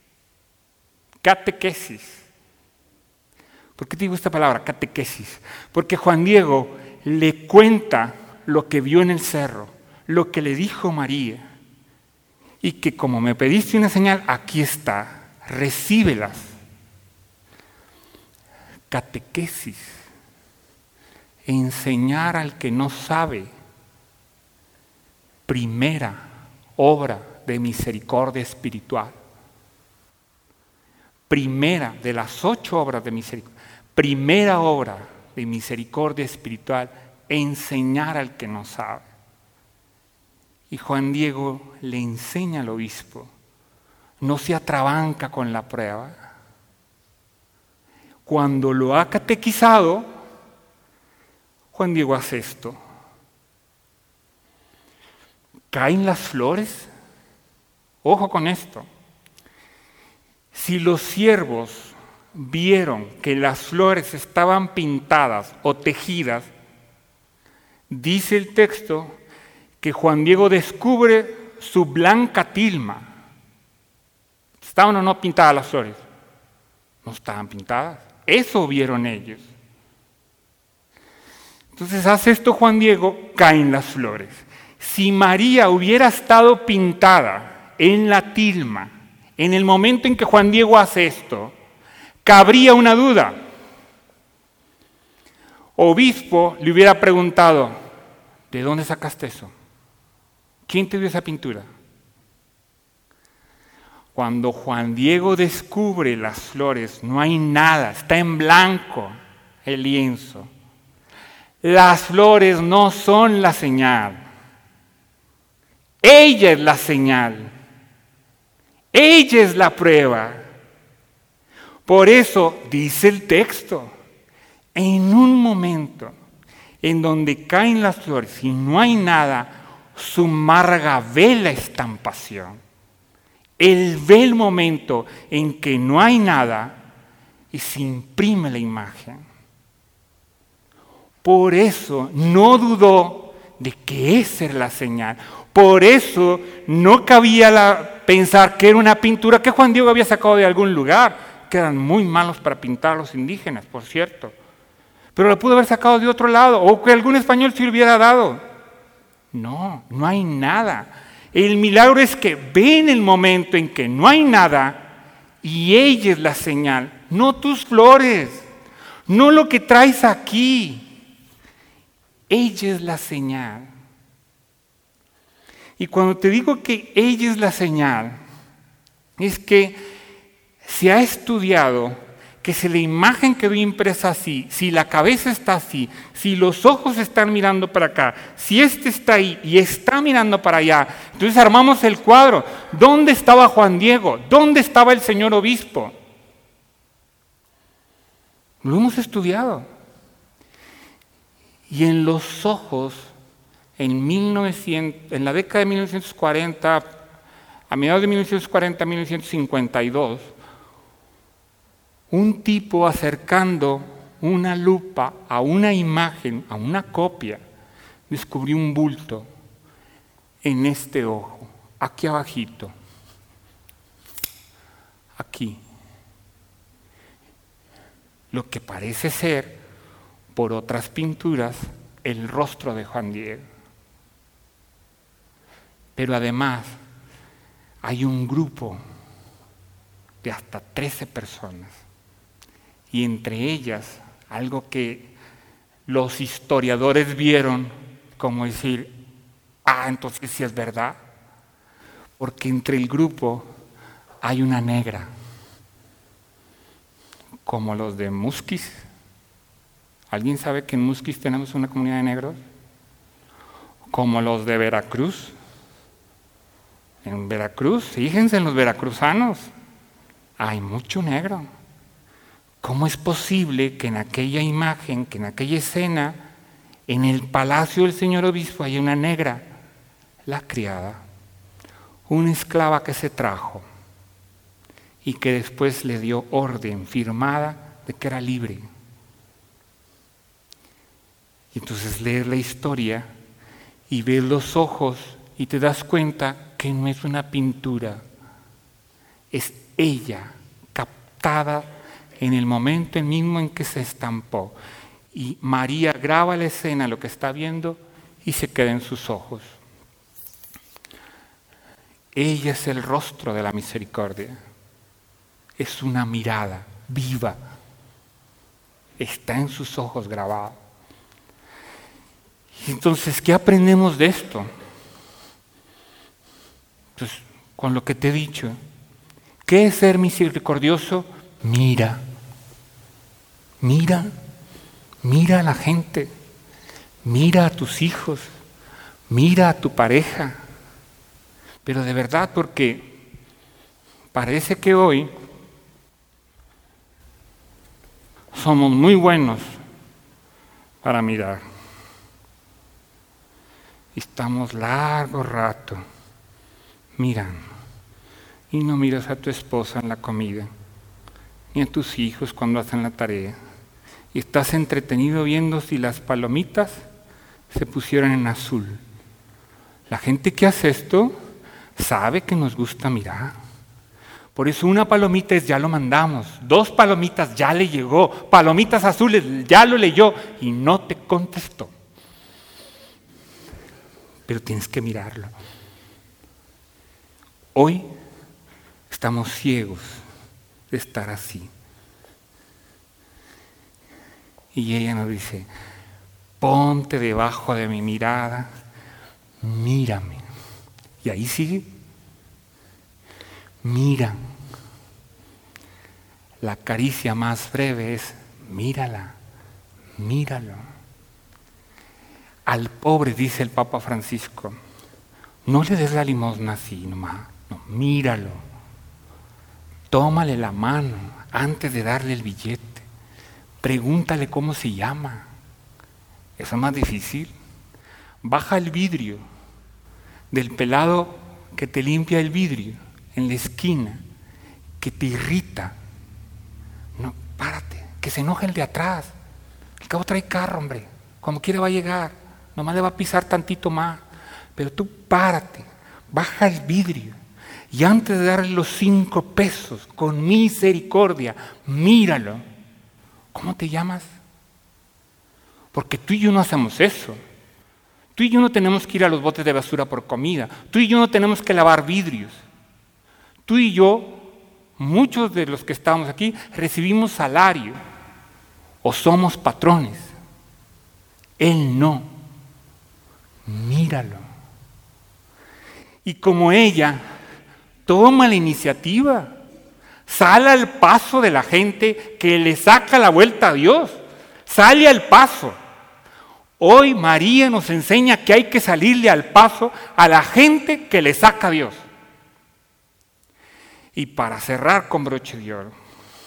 Catequesis. ¿Por qué te digo esta palabra, catequesis? Porque Juan Diego le cuenta lo que vio en el cerro, lo que le dijo María, y que como me pediste una señal, aquí está, recíbelas. Catequesis, enseñar al que no sabe, primera obra de misericordia espiritual. Primera de las 8 obras de misericordia. Primera obra de misericordia espiritual, enseñar al que no sabe. Y Juan Diego le enseña al obispo, no se atrabanca con la prueba. Cuando lo ha catequizado, Juan Diego hace esto. ¿Caen las flores? Ojo con esto. Si los siervos vieron que las flores estaban pintadas o tejidas, dice el texto que Juan Diego descubre su blanca tilma. ¿Estaban o no pintadas las flores? No estaban pintadas. Eso vieron ellos. Entonces hace esto Juan Diego, caen las flores. Si María hubiera estado pintada en la tilma, en el momento en que Juan Diego hace esto, cabría una duda. Obispo le hubiera preguntado, ¿de dónde sacaste eso? ¿Quién te dio esa pintura? Cuando Juan Diego descubre las flores, no hay nada, está en blanco el lienzo. Las flores no son la señal. Ella es la señal. Ella es la prueba. Por eso dice el texto, en un momento en donde caen las flores y no hay nada, su amarga ve la estampación. Él ve el momento en que no hay nada y se imprime la imagen. Por eso no dudó de que esa era la señal. Por eso no cabía pensar que era una pintura que Juan Diego había sacado de algún lugar, que eran muy malos para pintar a los indígenas, por cierto. Pero la pudo haber sacado de otro lado, o que algún español se lo hubiera dado. No, no hay nada. El milagro es que ven el momento en que no hay nada y ella es la señal, no tus flores, no lo que traes aquí. Ella es la señal. Y cuando te digo que ella es la señal, es que se ha estudiado que si la imagen quedó impresa así, si la cabeza está así, si los ojos están mirando para acá, si este está ahí y está mirando para allá, entonces armamos el cuadro. ¿Dónde estaba Juan Diego? ¿Dónde estaba el señor obispo? Lo hemos estudiado. Y en los ojos, en la década de 1940, a mediados de 1940 a 1952, un tipo acercando una lupa a una imagen, a una copia, descubrió un bulto en este ojo, aquí abajito, aquí. Lo que parece ser, por otras pinturas, el rostro de Juan Diego. Pero además hay un grupo de hasta 13 personas. Y entre ellas, algo que los historiadores vieron como decir, entonces sí es verdad, porque entre el grupo hay una negra, como los de Musquis. ¿Alguien sabe que en Musquis tenemos una comunidad de negros? Como los de Veracruz. En Veracruz, fíjense en los veracruzanos, hay mucho negro. ¿Cómo es posible que en aquella imagen, que en aquella escena, en el palacio del señor obispo haya una negra? La criada, una esclava que se trajo y que después le dio orden firmada de que era libre. Y entonces lees la historia y ves los ojos y te das cuenta que no es una pintura, es ella captada en el momento mismo en que se estampó. Y María graba la escena, lo que está viendo, y se queda en sus ojos. Ella es el rostro de la misericordia. Es una mirada viva. Está en sus ojos grabado. Y entonces, ¿qué aprendemos de esto? Pues, con lo que te he dicho. ¿Qué es ser misericordioso? Mira a la gente, mira a tus hijos, mira a tu pareja. Pero de verdad, porque parece que hoy somos muy buenos para mirar. Estamos largo rato mirando y no miras a tu esposa en la comida, ni a tus hijos cuando hacen la tarea. Y estás entretenido viendo si las palomitas se pusieron en azul. La gente que hace esto sabe que nos gusta mirar. Por eso una palomita es ya lo mandamos, 2 palomitas ya le llegó, palomitas azules ya lo leyó y no te contestó. Pero tienes que mirarlo. Hoy estamos ciegos de estar así. Y ella nos dice, ponte debajo de mi mirada, mírame. Y ahí sigue. Mira. La caricia más breve es, mírala, míralo. Al pobre, dice el Papa Francisco, no le des la limosna así nomás, no, míralo. Tómale la mano antes de darle el billete. Pregúntale cómo se llama. Eso es más difícil. Baja el vidrio del pelado que te limpia el vidrio en la esquina, que te irrita. No, párate, que se enoje el de atrás. El cabo trae carro, hombre. Como quiera va a llegar. Nomás le va a pisar tantito más. Pero tú párate, baja el vidrio. Y antes de darle los 5 pesos, con misericordia, míralo. ¿Cómo te llamas? Porque tú y yo no hacemos eso. Tú y yo no tenemos que ir a los botes de basura por comida. Tú y yo no tenemos que lavar vidrios. Tú y yo, muchos de los que estamos aquí, recibimos salario o somos patrones. Él no. Míralo. Y como ella toma la iniciativa, sale al paso de la gente que le saca la vuelta a Dios. Sale al paso. Hoy María nos enseña que hay que salirle al paso a la gente que le saca a Dios. Y para cerrar con broche de oro,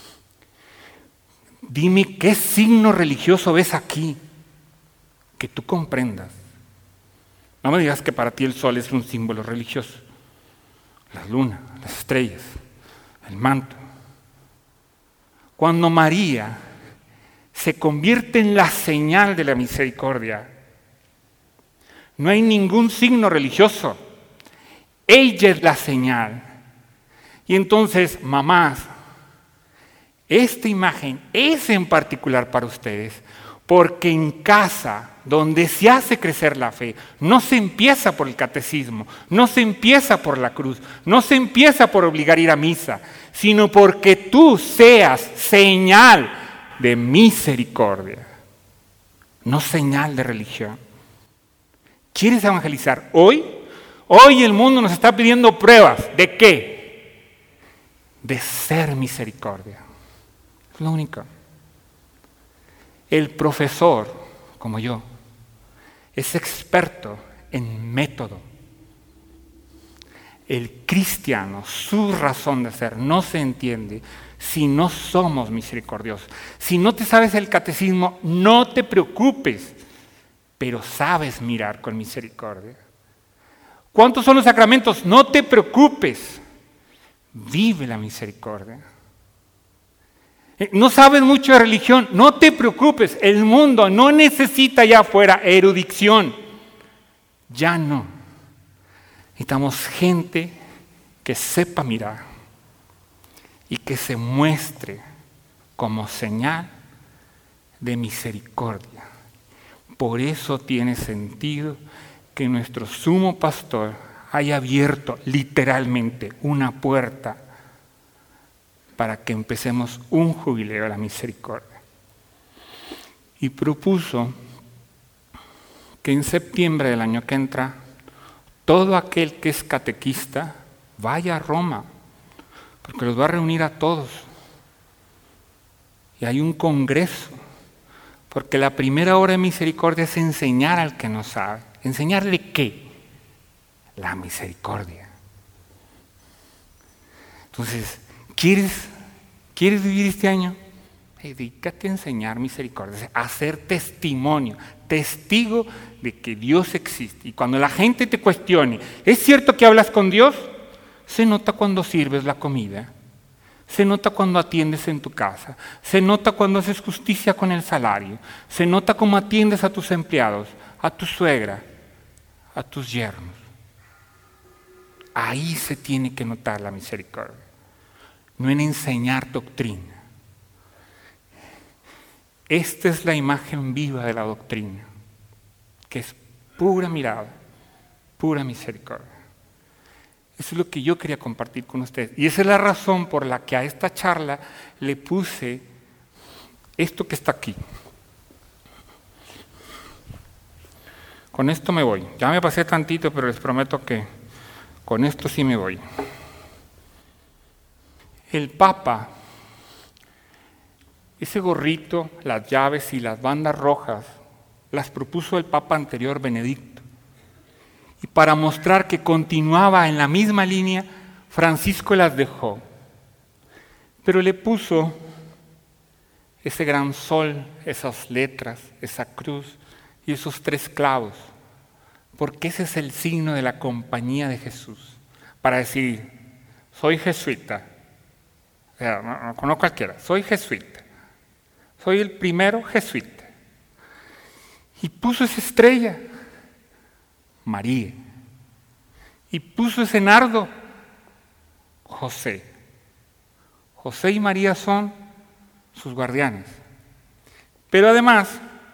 dime qué signo religioso ves aquí que tú comprendas. No me digas que para ti el sol es un símbolo religioso. La luna, las estrellas, el manto. Cuando María se convierte en la señal de la misericordia, no hay ningún signo religioso. Ella es la señal. Y entonces, mamás, esta imagen es en particular para ustedes, Porque en casa, donde se hace crecer la fe, no se empieza por el catecismo, no se empieza por la cruz, no se empieza por obligar a ir a misa, sino porque tú seas señal de misericordia, no señal de religión. ¿Quieres evangelizar hoy? Hoy el mundo nos está pidiendo pruebas. ¿De qué? De ser misericordia. Es lo único. El profesor, como yo, es experto en método. El cristiano, su razón de ser, no se entiende si no somos misericordiosos. Si no te sabes el catecismo, no te preocupes, pero sabes mirar con misericordia. ¿Cuántos son los sacramentos? No te preocupes, vive la misericordia. No sabes mucho de religión, no te preocupes, el mundo no necesita allá afuera erudición, ya no. Necesitamos gente que sepa mirar y que se muestre como señal de misericordia. Por eso tiene sentido que nuestro sumo pastor haya abierto literalmente una puerta para que empecemos un jubileo a la misericordia. Y propuso que en septiembre del año que entra, todo aquel que es catequista vaya a Roma, porque los va a reunir a todos. Y hay un congreso, porque la primera obra de misericordia es enseñar al que no sabe. ¿Enseñarle qué? La misericordia. Entonces, ¿quieres vivir este año? Dedícate a enseñar misericordia, a ser testimonio, testigo de que Dios existe. Y cuando la gente te cuestione, ¿es cierto que hablas con Dios? Se nota cuando sirves la comida, se nota cuando atiendes en tu casa, se nota cuando haces justicia con el salario, se nota cómo atiendes a tus empleados, a tu suegra, a tus yernos. Ahí se tiene que notar la misericordia, no en enseñar doctrina. Esta es la imagen viva de la doctrina, que es pura mirada, pura misericordia. Eso es lo que yo quería compartir con ustedes. Y esa es la razón por la que a esta charla le puse esto que está aquí. Con esto me voy. Ya me pasé tantito, pero les prometo que con esto sí me voy. El Papa, ese gorrito, las llaves y las bandas rojas, las propuso el Papa anterior, Benedicto. Y para mostrar que continuaba en la misma línea, Francisco las dejó. Pero le puso ese gran sol, esas letras, esa cruz y esos 3 clavos, porque ese es el signo de la compañía de Jesús, para decir, soy jesuita, o sea, no cualquiera, soy jesuita, soy el primero jesuita. Y puso esa estrella, María, y puso ese nardo, José. José y María son sus guardianes. Pero además,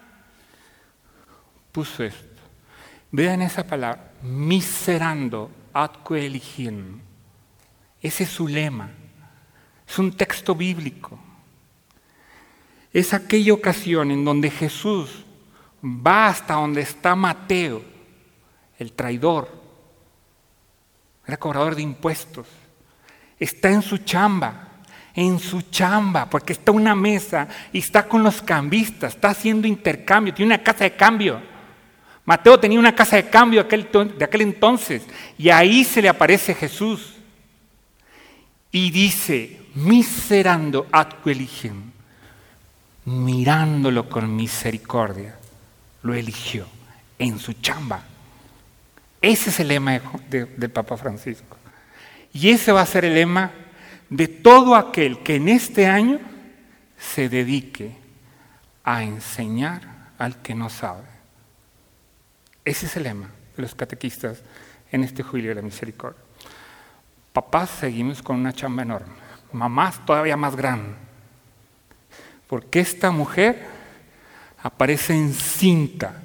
puso esto. Vean esa palabra, miserando atque eligien. Ese es su lema. Es un texto bíblico. Es aquella ocasión en donde Jesús va hasta donde está Mateo, el traidor, era cobrador de impuestos. Está en su chamba, porque está una mesa y está con los cambistas, está haciendo intercambio, tiene una casa de cambio. Mateo tenía una casa de cambio de aquel entonces, y ahí se le aparece Jesús. Y dice, miserando atque eligien, mirándolo con misericordia, lo eligió en su chamba. Ese es el lema del Papa Francisco. Y ese va a ser el lema de todo aquel que en este año se dedique a enseñar al que no sabe. Ese es el lema de los catequistas en este Jubileo de la Misericordia. Papás, seguimos con una chamba enorme. Mamás, todavía más grande. Porque esta mujer aparece encinta,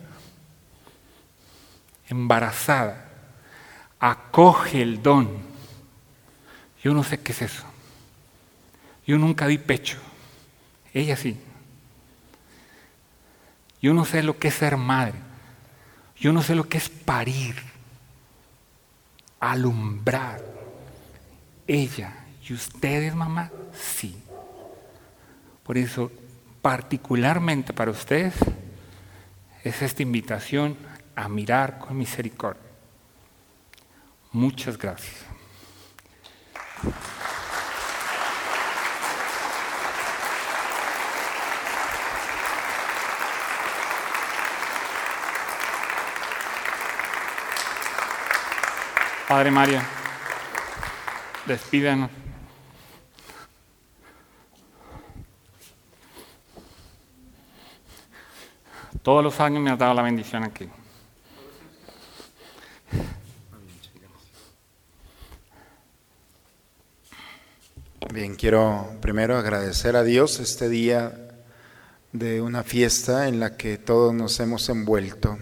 embarazada, acoge el don. Yo no sé qué es eso. Yo nunca di pecho. Ella sí. Yo no sé lo que es ser madre. Yo no sé lo que es parir, alumbrar. Ella y ustedes, mamá, sí. Por eso, particularmente para ustedes, es esta invitación a mirar con misericordia. Muchas gracias. Padre María, despídanos. Todos los años me has dado la bendición aquí. Bien, quiero primero agradecer a Dios este día de una fiesta en la que todos nos hemos envuelto.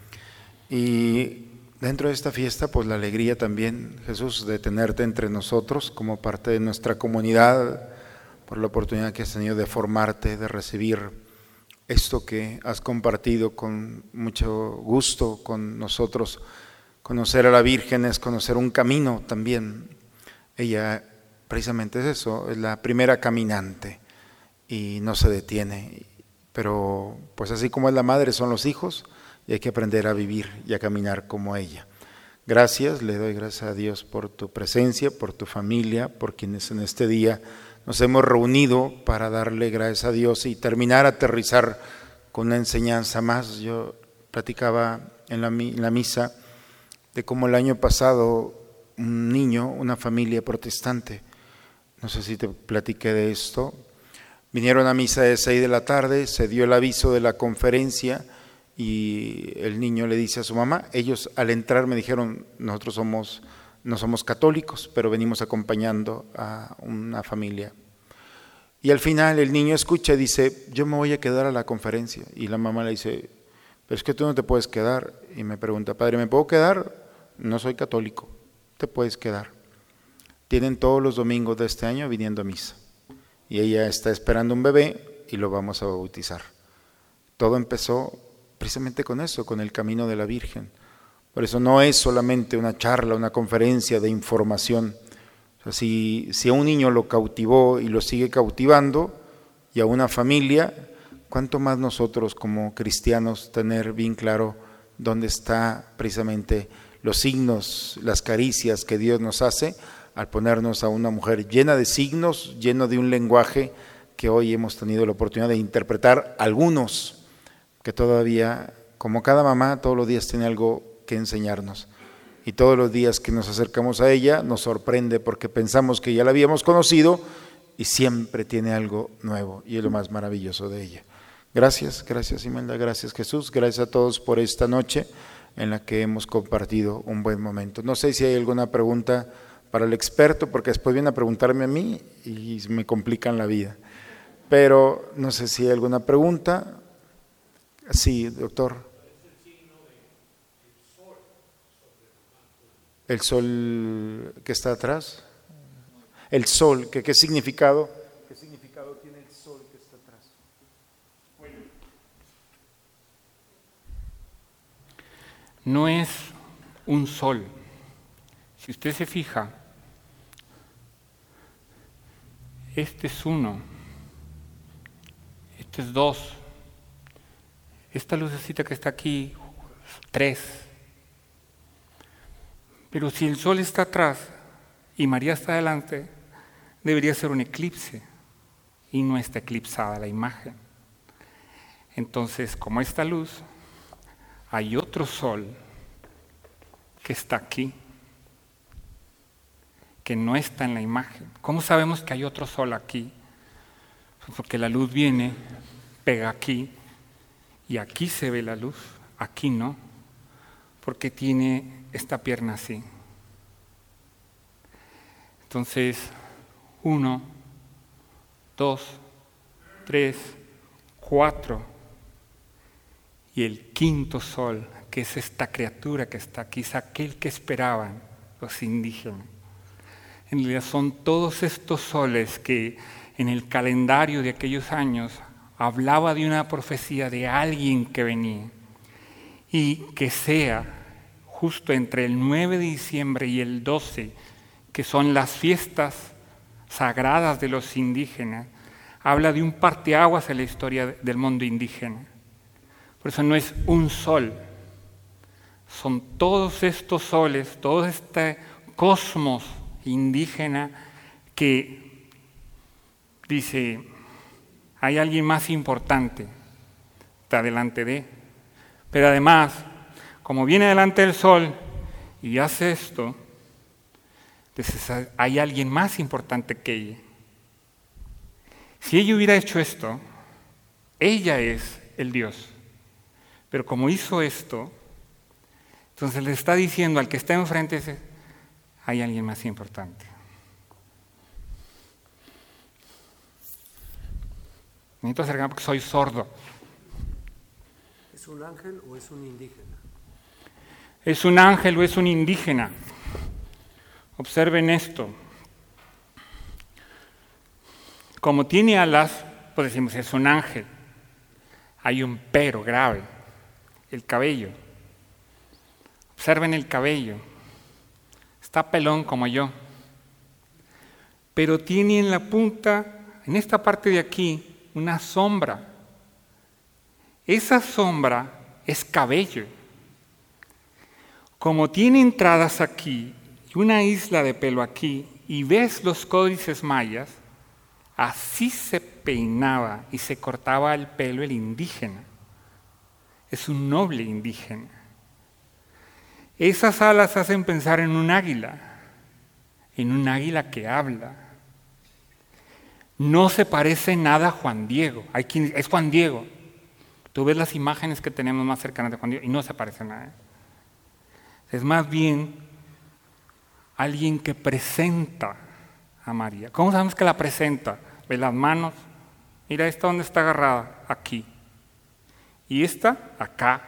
Y dentro de esta fiesta, pues la alegría también, Jesús, de tenerte entre nosotros como parte de nuestra comunidad, por la oportunidad que has tenido de formarte, de recibir esto que has compartido con mucho gusto con nosotros. Conocer a la Virgen es conocer un camino también. Ella precisamente es eso, es la primera caminante y no se detiene. Pero pues así como es la madre, son los hijos y hay que aprender a vivir y a caminar como ella. Gracias, le doy gracias a Dios por tu presencia, por tu familia, por quienes en este día nos hemos reunido para darle gracias a Dios y terminar, aterrizar con una enseñanza más. Yo platicaba en la misa de cómo el año pasado un niño, una familia protestante, no sé si te platiqué de esto, vinieron a misa de 6 de la tarde, se dio el aviso de la conferencia y el niño le dice a su mamá, ellos al entrar me dijeron, nosotros no somos católicos, pero venimos acompañando a una familia. Y al final el niño escucha y dice, yo me voy a quedar a la conferencia. Y la mamá le dice, pero es que tú no te puedes quedar. Y me pregunta, padre, ¿me puedo quedar? No soy católico, te puedes quedar. Tienen todos los domingos de este año viniendo a misa. Y ella está esperando un bebé y lo vamos a bautizar. Todo empezó precisamente con eso, con el camino de la Virgen. Por eso no es solamente una charla, una conferencia de información. O sea, si a un niño lo cautivó y lo sigue cautivando, y a una familia, ¿cuánto más nosotros como cristianos tener bien claro dónde está precisamente los signos, las caricias que Dios nos hace al ponernos a una mujer llena de signos, lleno de un lenguaje que hoy hemos tenido la oportunidad de interpretar algunos, que todavía, como cada mamá, todos los días tiene algo que enseñarnos. Y todos los días que nos acercamos a ella nos sorprende porque pensamos que ya la habíamos conocido y siempre tiene algo nuevo y es lo más maravilloso de ella. Gracias Imelda, gracias Jesús, gracias a todos por esta noche en la que hemos compartido un buen momento. No sé si hay alguna pregunta para el experto, porque después viene a preguntarme a mí y me complican la vida. Pero no sé si hay alguna pregunta. Sí, doctor. El sol que está atrás. El sol, ¿qué significado? ¿Qué significado tiene el sol que está atrás? No es un sol. Si usted se fija, este es 1, este es 2, esta lucecita que está aquí, 3. Pero si el sol está atrás y María está adelante, debería ser un eclipse y no está eclipsada la imagen. Entonces, como esta luz, hay otro sol que está aquí, que no está en la imagen. ¿Cómo sabemos que hay otro sol aquí? Porque la luz viene, pega aquí, y aquí se ve la luz, aquí no, porque tiene esta pierna así. Entonces, 1, 2, 3, 4. Y el quinto sol, que es esta criatura que está aquí, es aquel que esperaban los indígenas. En realidad son todos estos soles que en el calendario de aquellos años hablaba de una profecía de alguien que venía. Y que sea justo entre el 9 de diciembre y el 12, que son las fiestas sagradas de los indígenas, habla de un parteaguas en la historia del mundo indígena. Por eso no es un sol, son todos estos soles, todo este cosmos indígena que dice, hay alguien más importante, está delante de. Pero además, como viene delante del sol y hace esto, entonces hay alguien más importante que ella. Si ella hubiera hecho esto, ella es el Dios. Pero como hizo esto, entonces le está diciendo al que está enfrente, hay alguien más importante. Necesito acercarme porque soy sordo. ¿Es un ángel o es un indígena? ¿Es un ángel o es un indígena? Observen esto. Como tiene alas, pues decimos, es un ángel. Hay un pero grave, el cabello. Observen el cabello. Está pelón como yo. Pero tiene en la punta, en esta parte de aquí, una sombra. Esa sombra es cabello. Como tiene entradas aquí y una isla de pelo aquí, y ves los códices mayas, así se peinaba y se cortaba el pelo el indígena. Es un noble indígena. Esas alas hacen pensar en un águila que habla. No se parece nada a Juan Diego. Es Juan Diego. Tú ves las imágenes que tenemos más cercanas de Juan Diego y no se parece nada. Es más bien alguien que presenta a María. ¿Cómo sabemos que la presenta? Ve las manos. Mira esta donde está agarrada, aquí. Y esta, acá.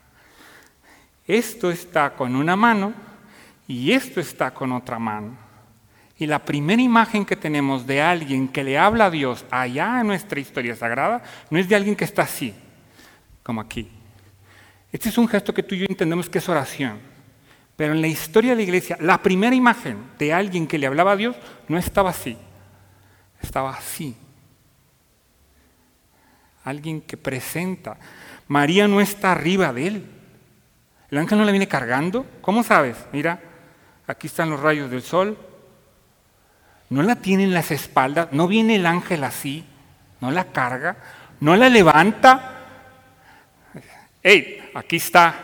Esto está con una mano y esto está con otra mano. Y la primera imagen que tenemos de alguien que le habla a Dios allá en nuestra historia sagrada no es de alguien que está así, como aquí. Este es un gesto que tú y yo entendemos que es oración. Pero en la historia de la iglesia, la primera imagen de alguien que le hablaba a Dios no estaba así, estaba así. Alguien que presenta. María no está arriba de él. El ángel no la viene cargando. ¿Cómo sabes? Mira, aquí están los rayos del sol. No la tiene en las espaldas. No viene el ángel así. No la carga. No la levanta. ¡Ey! Aquí está.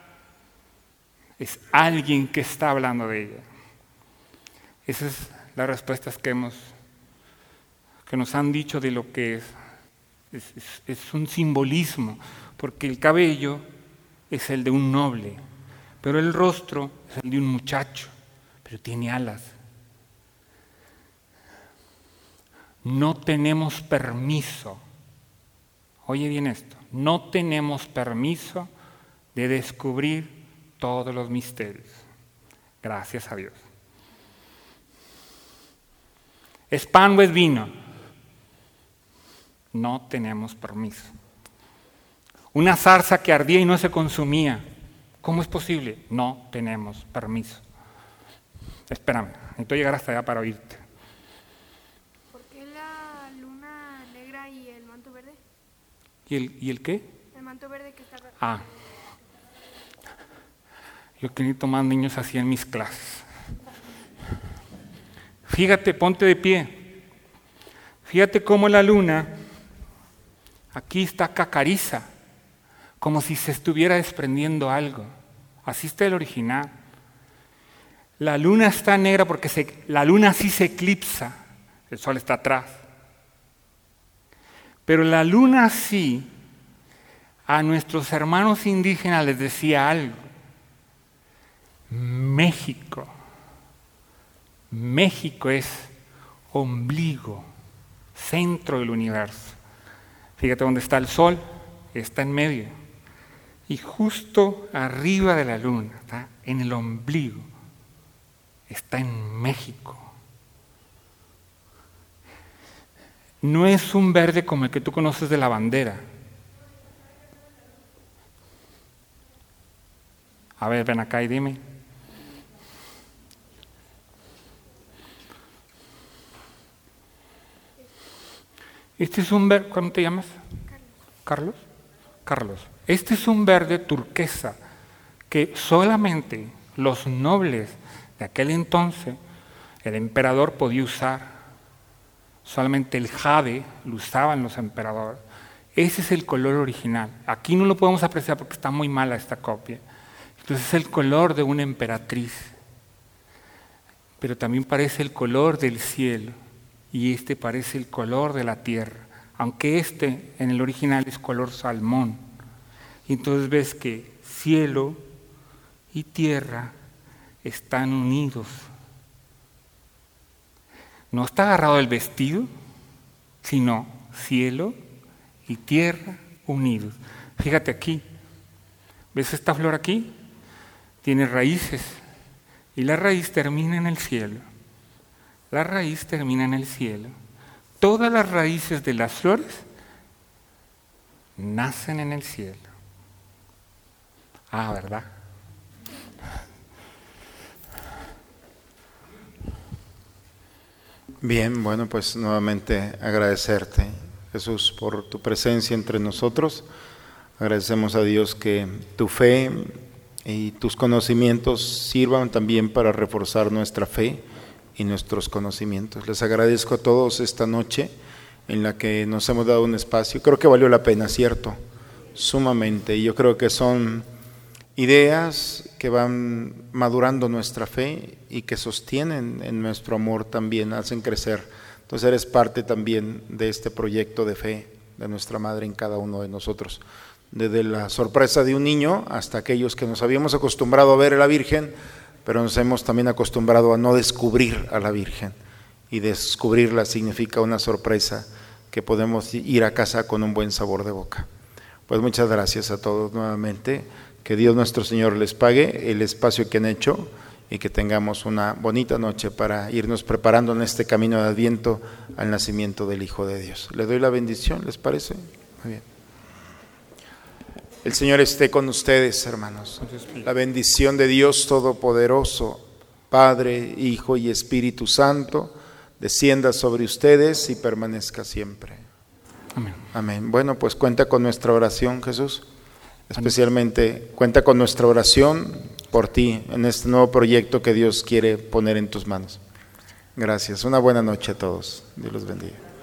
Es alguien que está hablando de ella. Esas son las respuestas que nos han dicho de lo que es. Es un simbolismo, porque el cabello es el de un noble, pero el rostro es el de un muchacho, pero tiene alas. No tenemos permiso, oye bien esto, no tenemos permiso de descubrir todos los misterios. Gracias a Dios. ¿Es pan o es vino? No tenemos permiso. Una zarza que ardía y no se consumía. ¿Cómo es posible? No tenemos permiso. Espérame, necesito llegar hasta allá para oírte. ¿Por qué la luna negra y el manto verde? ¿Y el qué? El manto verde que está... Yo que necesito más niños así en mis clases. Fíjate, ponte de pie. Fíjate cómo la luna, aquí está cacariza, como si se estuviera desprendiendo algo. Así está el original. La luna está negra porque la luna sí se eclipsa, el sol está atrás. Pero la luna sí, a nuestros hermanos indígenas les decía algo. México es ombligo, centro del universo. Fíjate dónde está el sol, está en medio. Y justo arriba de la luna, ¿tá? En el ombligo, está en México. No es un verde como el que tú conoces de la bandera. A ver, ven acá y dime. Este es un verde, ¿cómo te llamas? Carlos. Carlos. Este es un verde turquesa que solamente los nobles de aquel entonces, el emperador podía usar. Solamente el jade lo usaban los emperadores. Ese es el color original. Aquí no lo podemos apreciar porque está muy mala esta copia. Entonces es el color de una emperatriz. Pero también parece el color del cielo. Y este parece el color de la tierra. Aunque este en el original es color salmón. Y entonces ves que cielo y tierra están unidos. No está agarrado el vestido, sino cielo y tierra unidos. Fíjate aquí, ¿ves esta flor aquí? Tiene raíces y la raíz termina en el cielo. La raíz termina en el cielo. Todas las raíces de las flores nacen en el cielo. Ah, ¿verdad? Bien, bueno, pues nuevamente agradecerte, Jesús, por tu presencia entre nosotros. Agradecemos a Dios que tu fe y tus conocimientos sirvan también para reforzar nuestra fe y nuestros conocimientos. Les agradezco a todos esta noche en la que nos hemos dado un espacio. Creo que valió la pena, ¿cierto? Sumamente. Y yo creo que son ideas que van madurando nuestra fe y que sostienen en nuestro amor también, hacen crecer. Entonces eres parte también de este proyecto de fe de nuestra Madre en cada uno de nosotros. Desde la sorpresa de un niño hasta aquellos que nos habíamos acostumbrado a ver a la Virgen, pero nos hemos también acostumbrado a no descubrir a la Virgen. Y descubrirla significa una sorpresa que podemos ir a casa con un buen sabor de boca. Pues muchas gracias a todos nuevamente. Que Dios nuestro Señor les pague el espacio que han hecho y que tengamos una bonita noche para irnos preparando en este camino de Adviento al nacimiento del Hijo de Dios. Le doy la bendición, ¿les parece? Muy bien. El Señor esté con ustedes, hermanos. La bendición de Dios Todopoderoso, Padre, Hijo y Espíritu Santo, descienda sobre ustedes y permanezca siempre. Amén. Amén. Bueno, pues cuenta con nuestra oración, Jesús. Especialmente cuenta con nuestra oración por ti en este nuevo proyecto que Dios quiere poner en tus manos. Gracias. Una buena noche a todos. Dios los bendiga.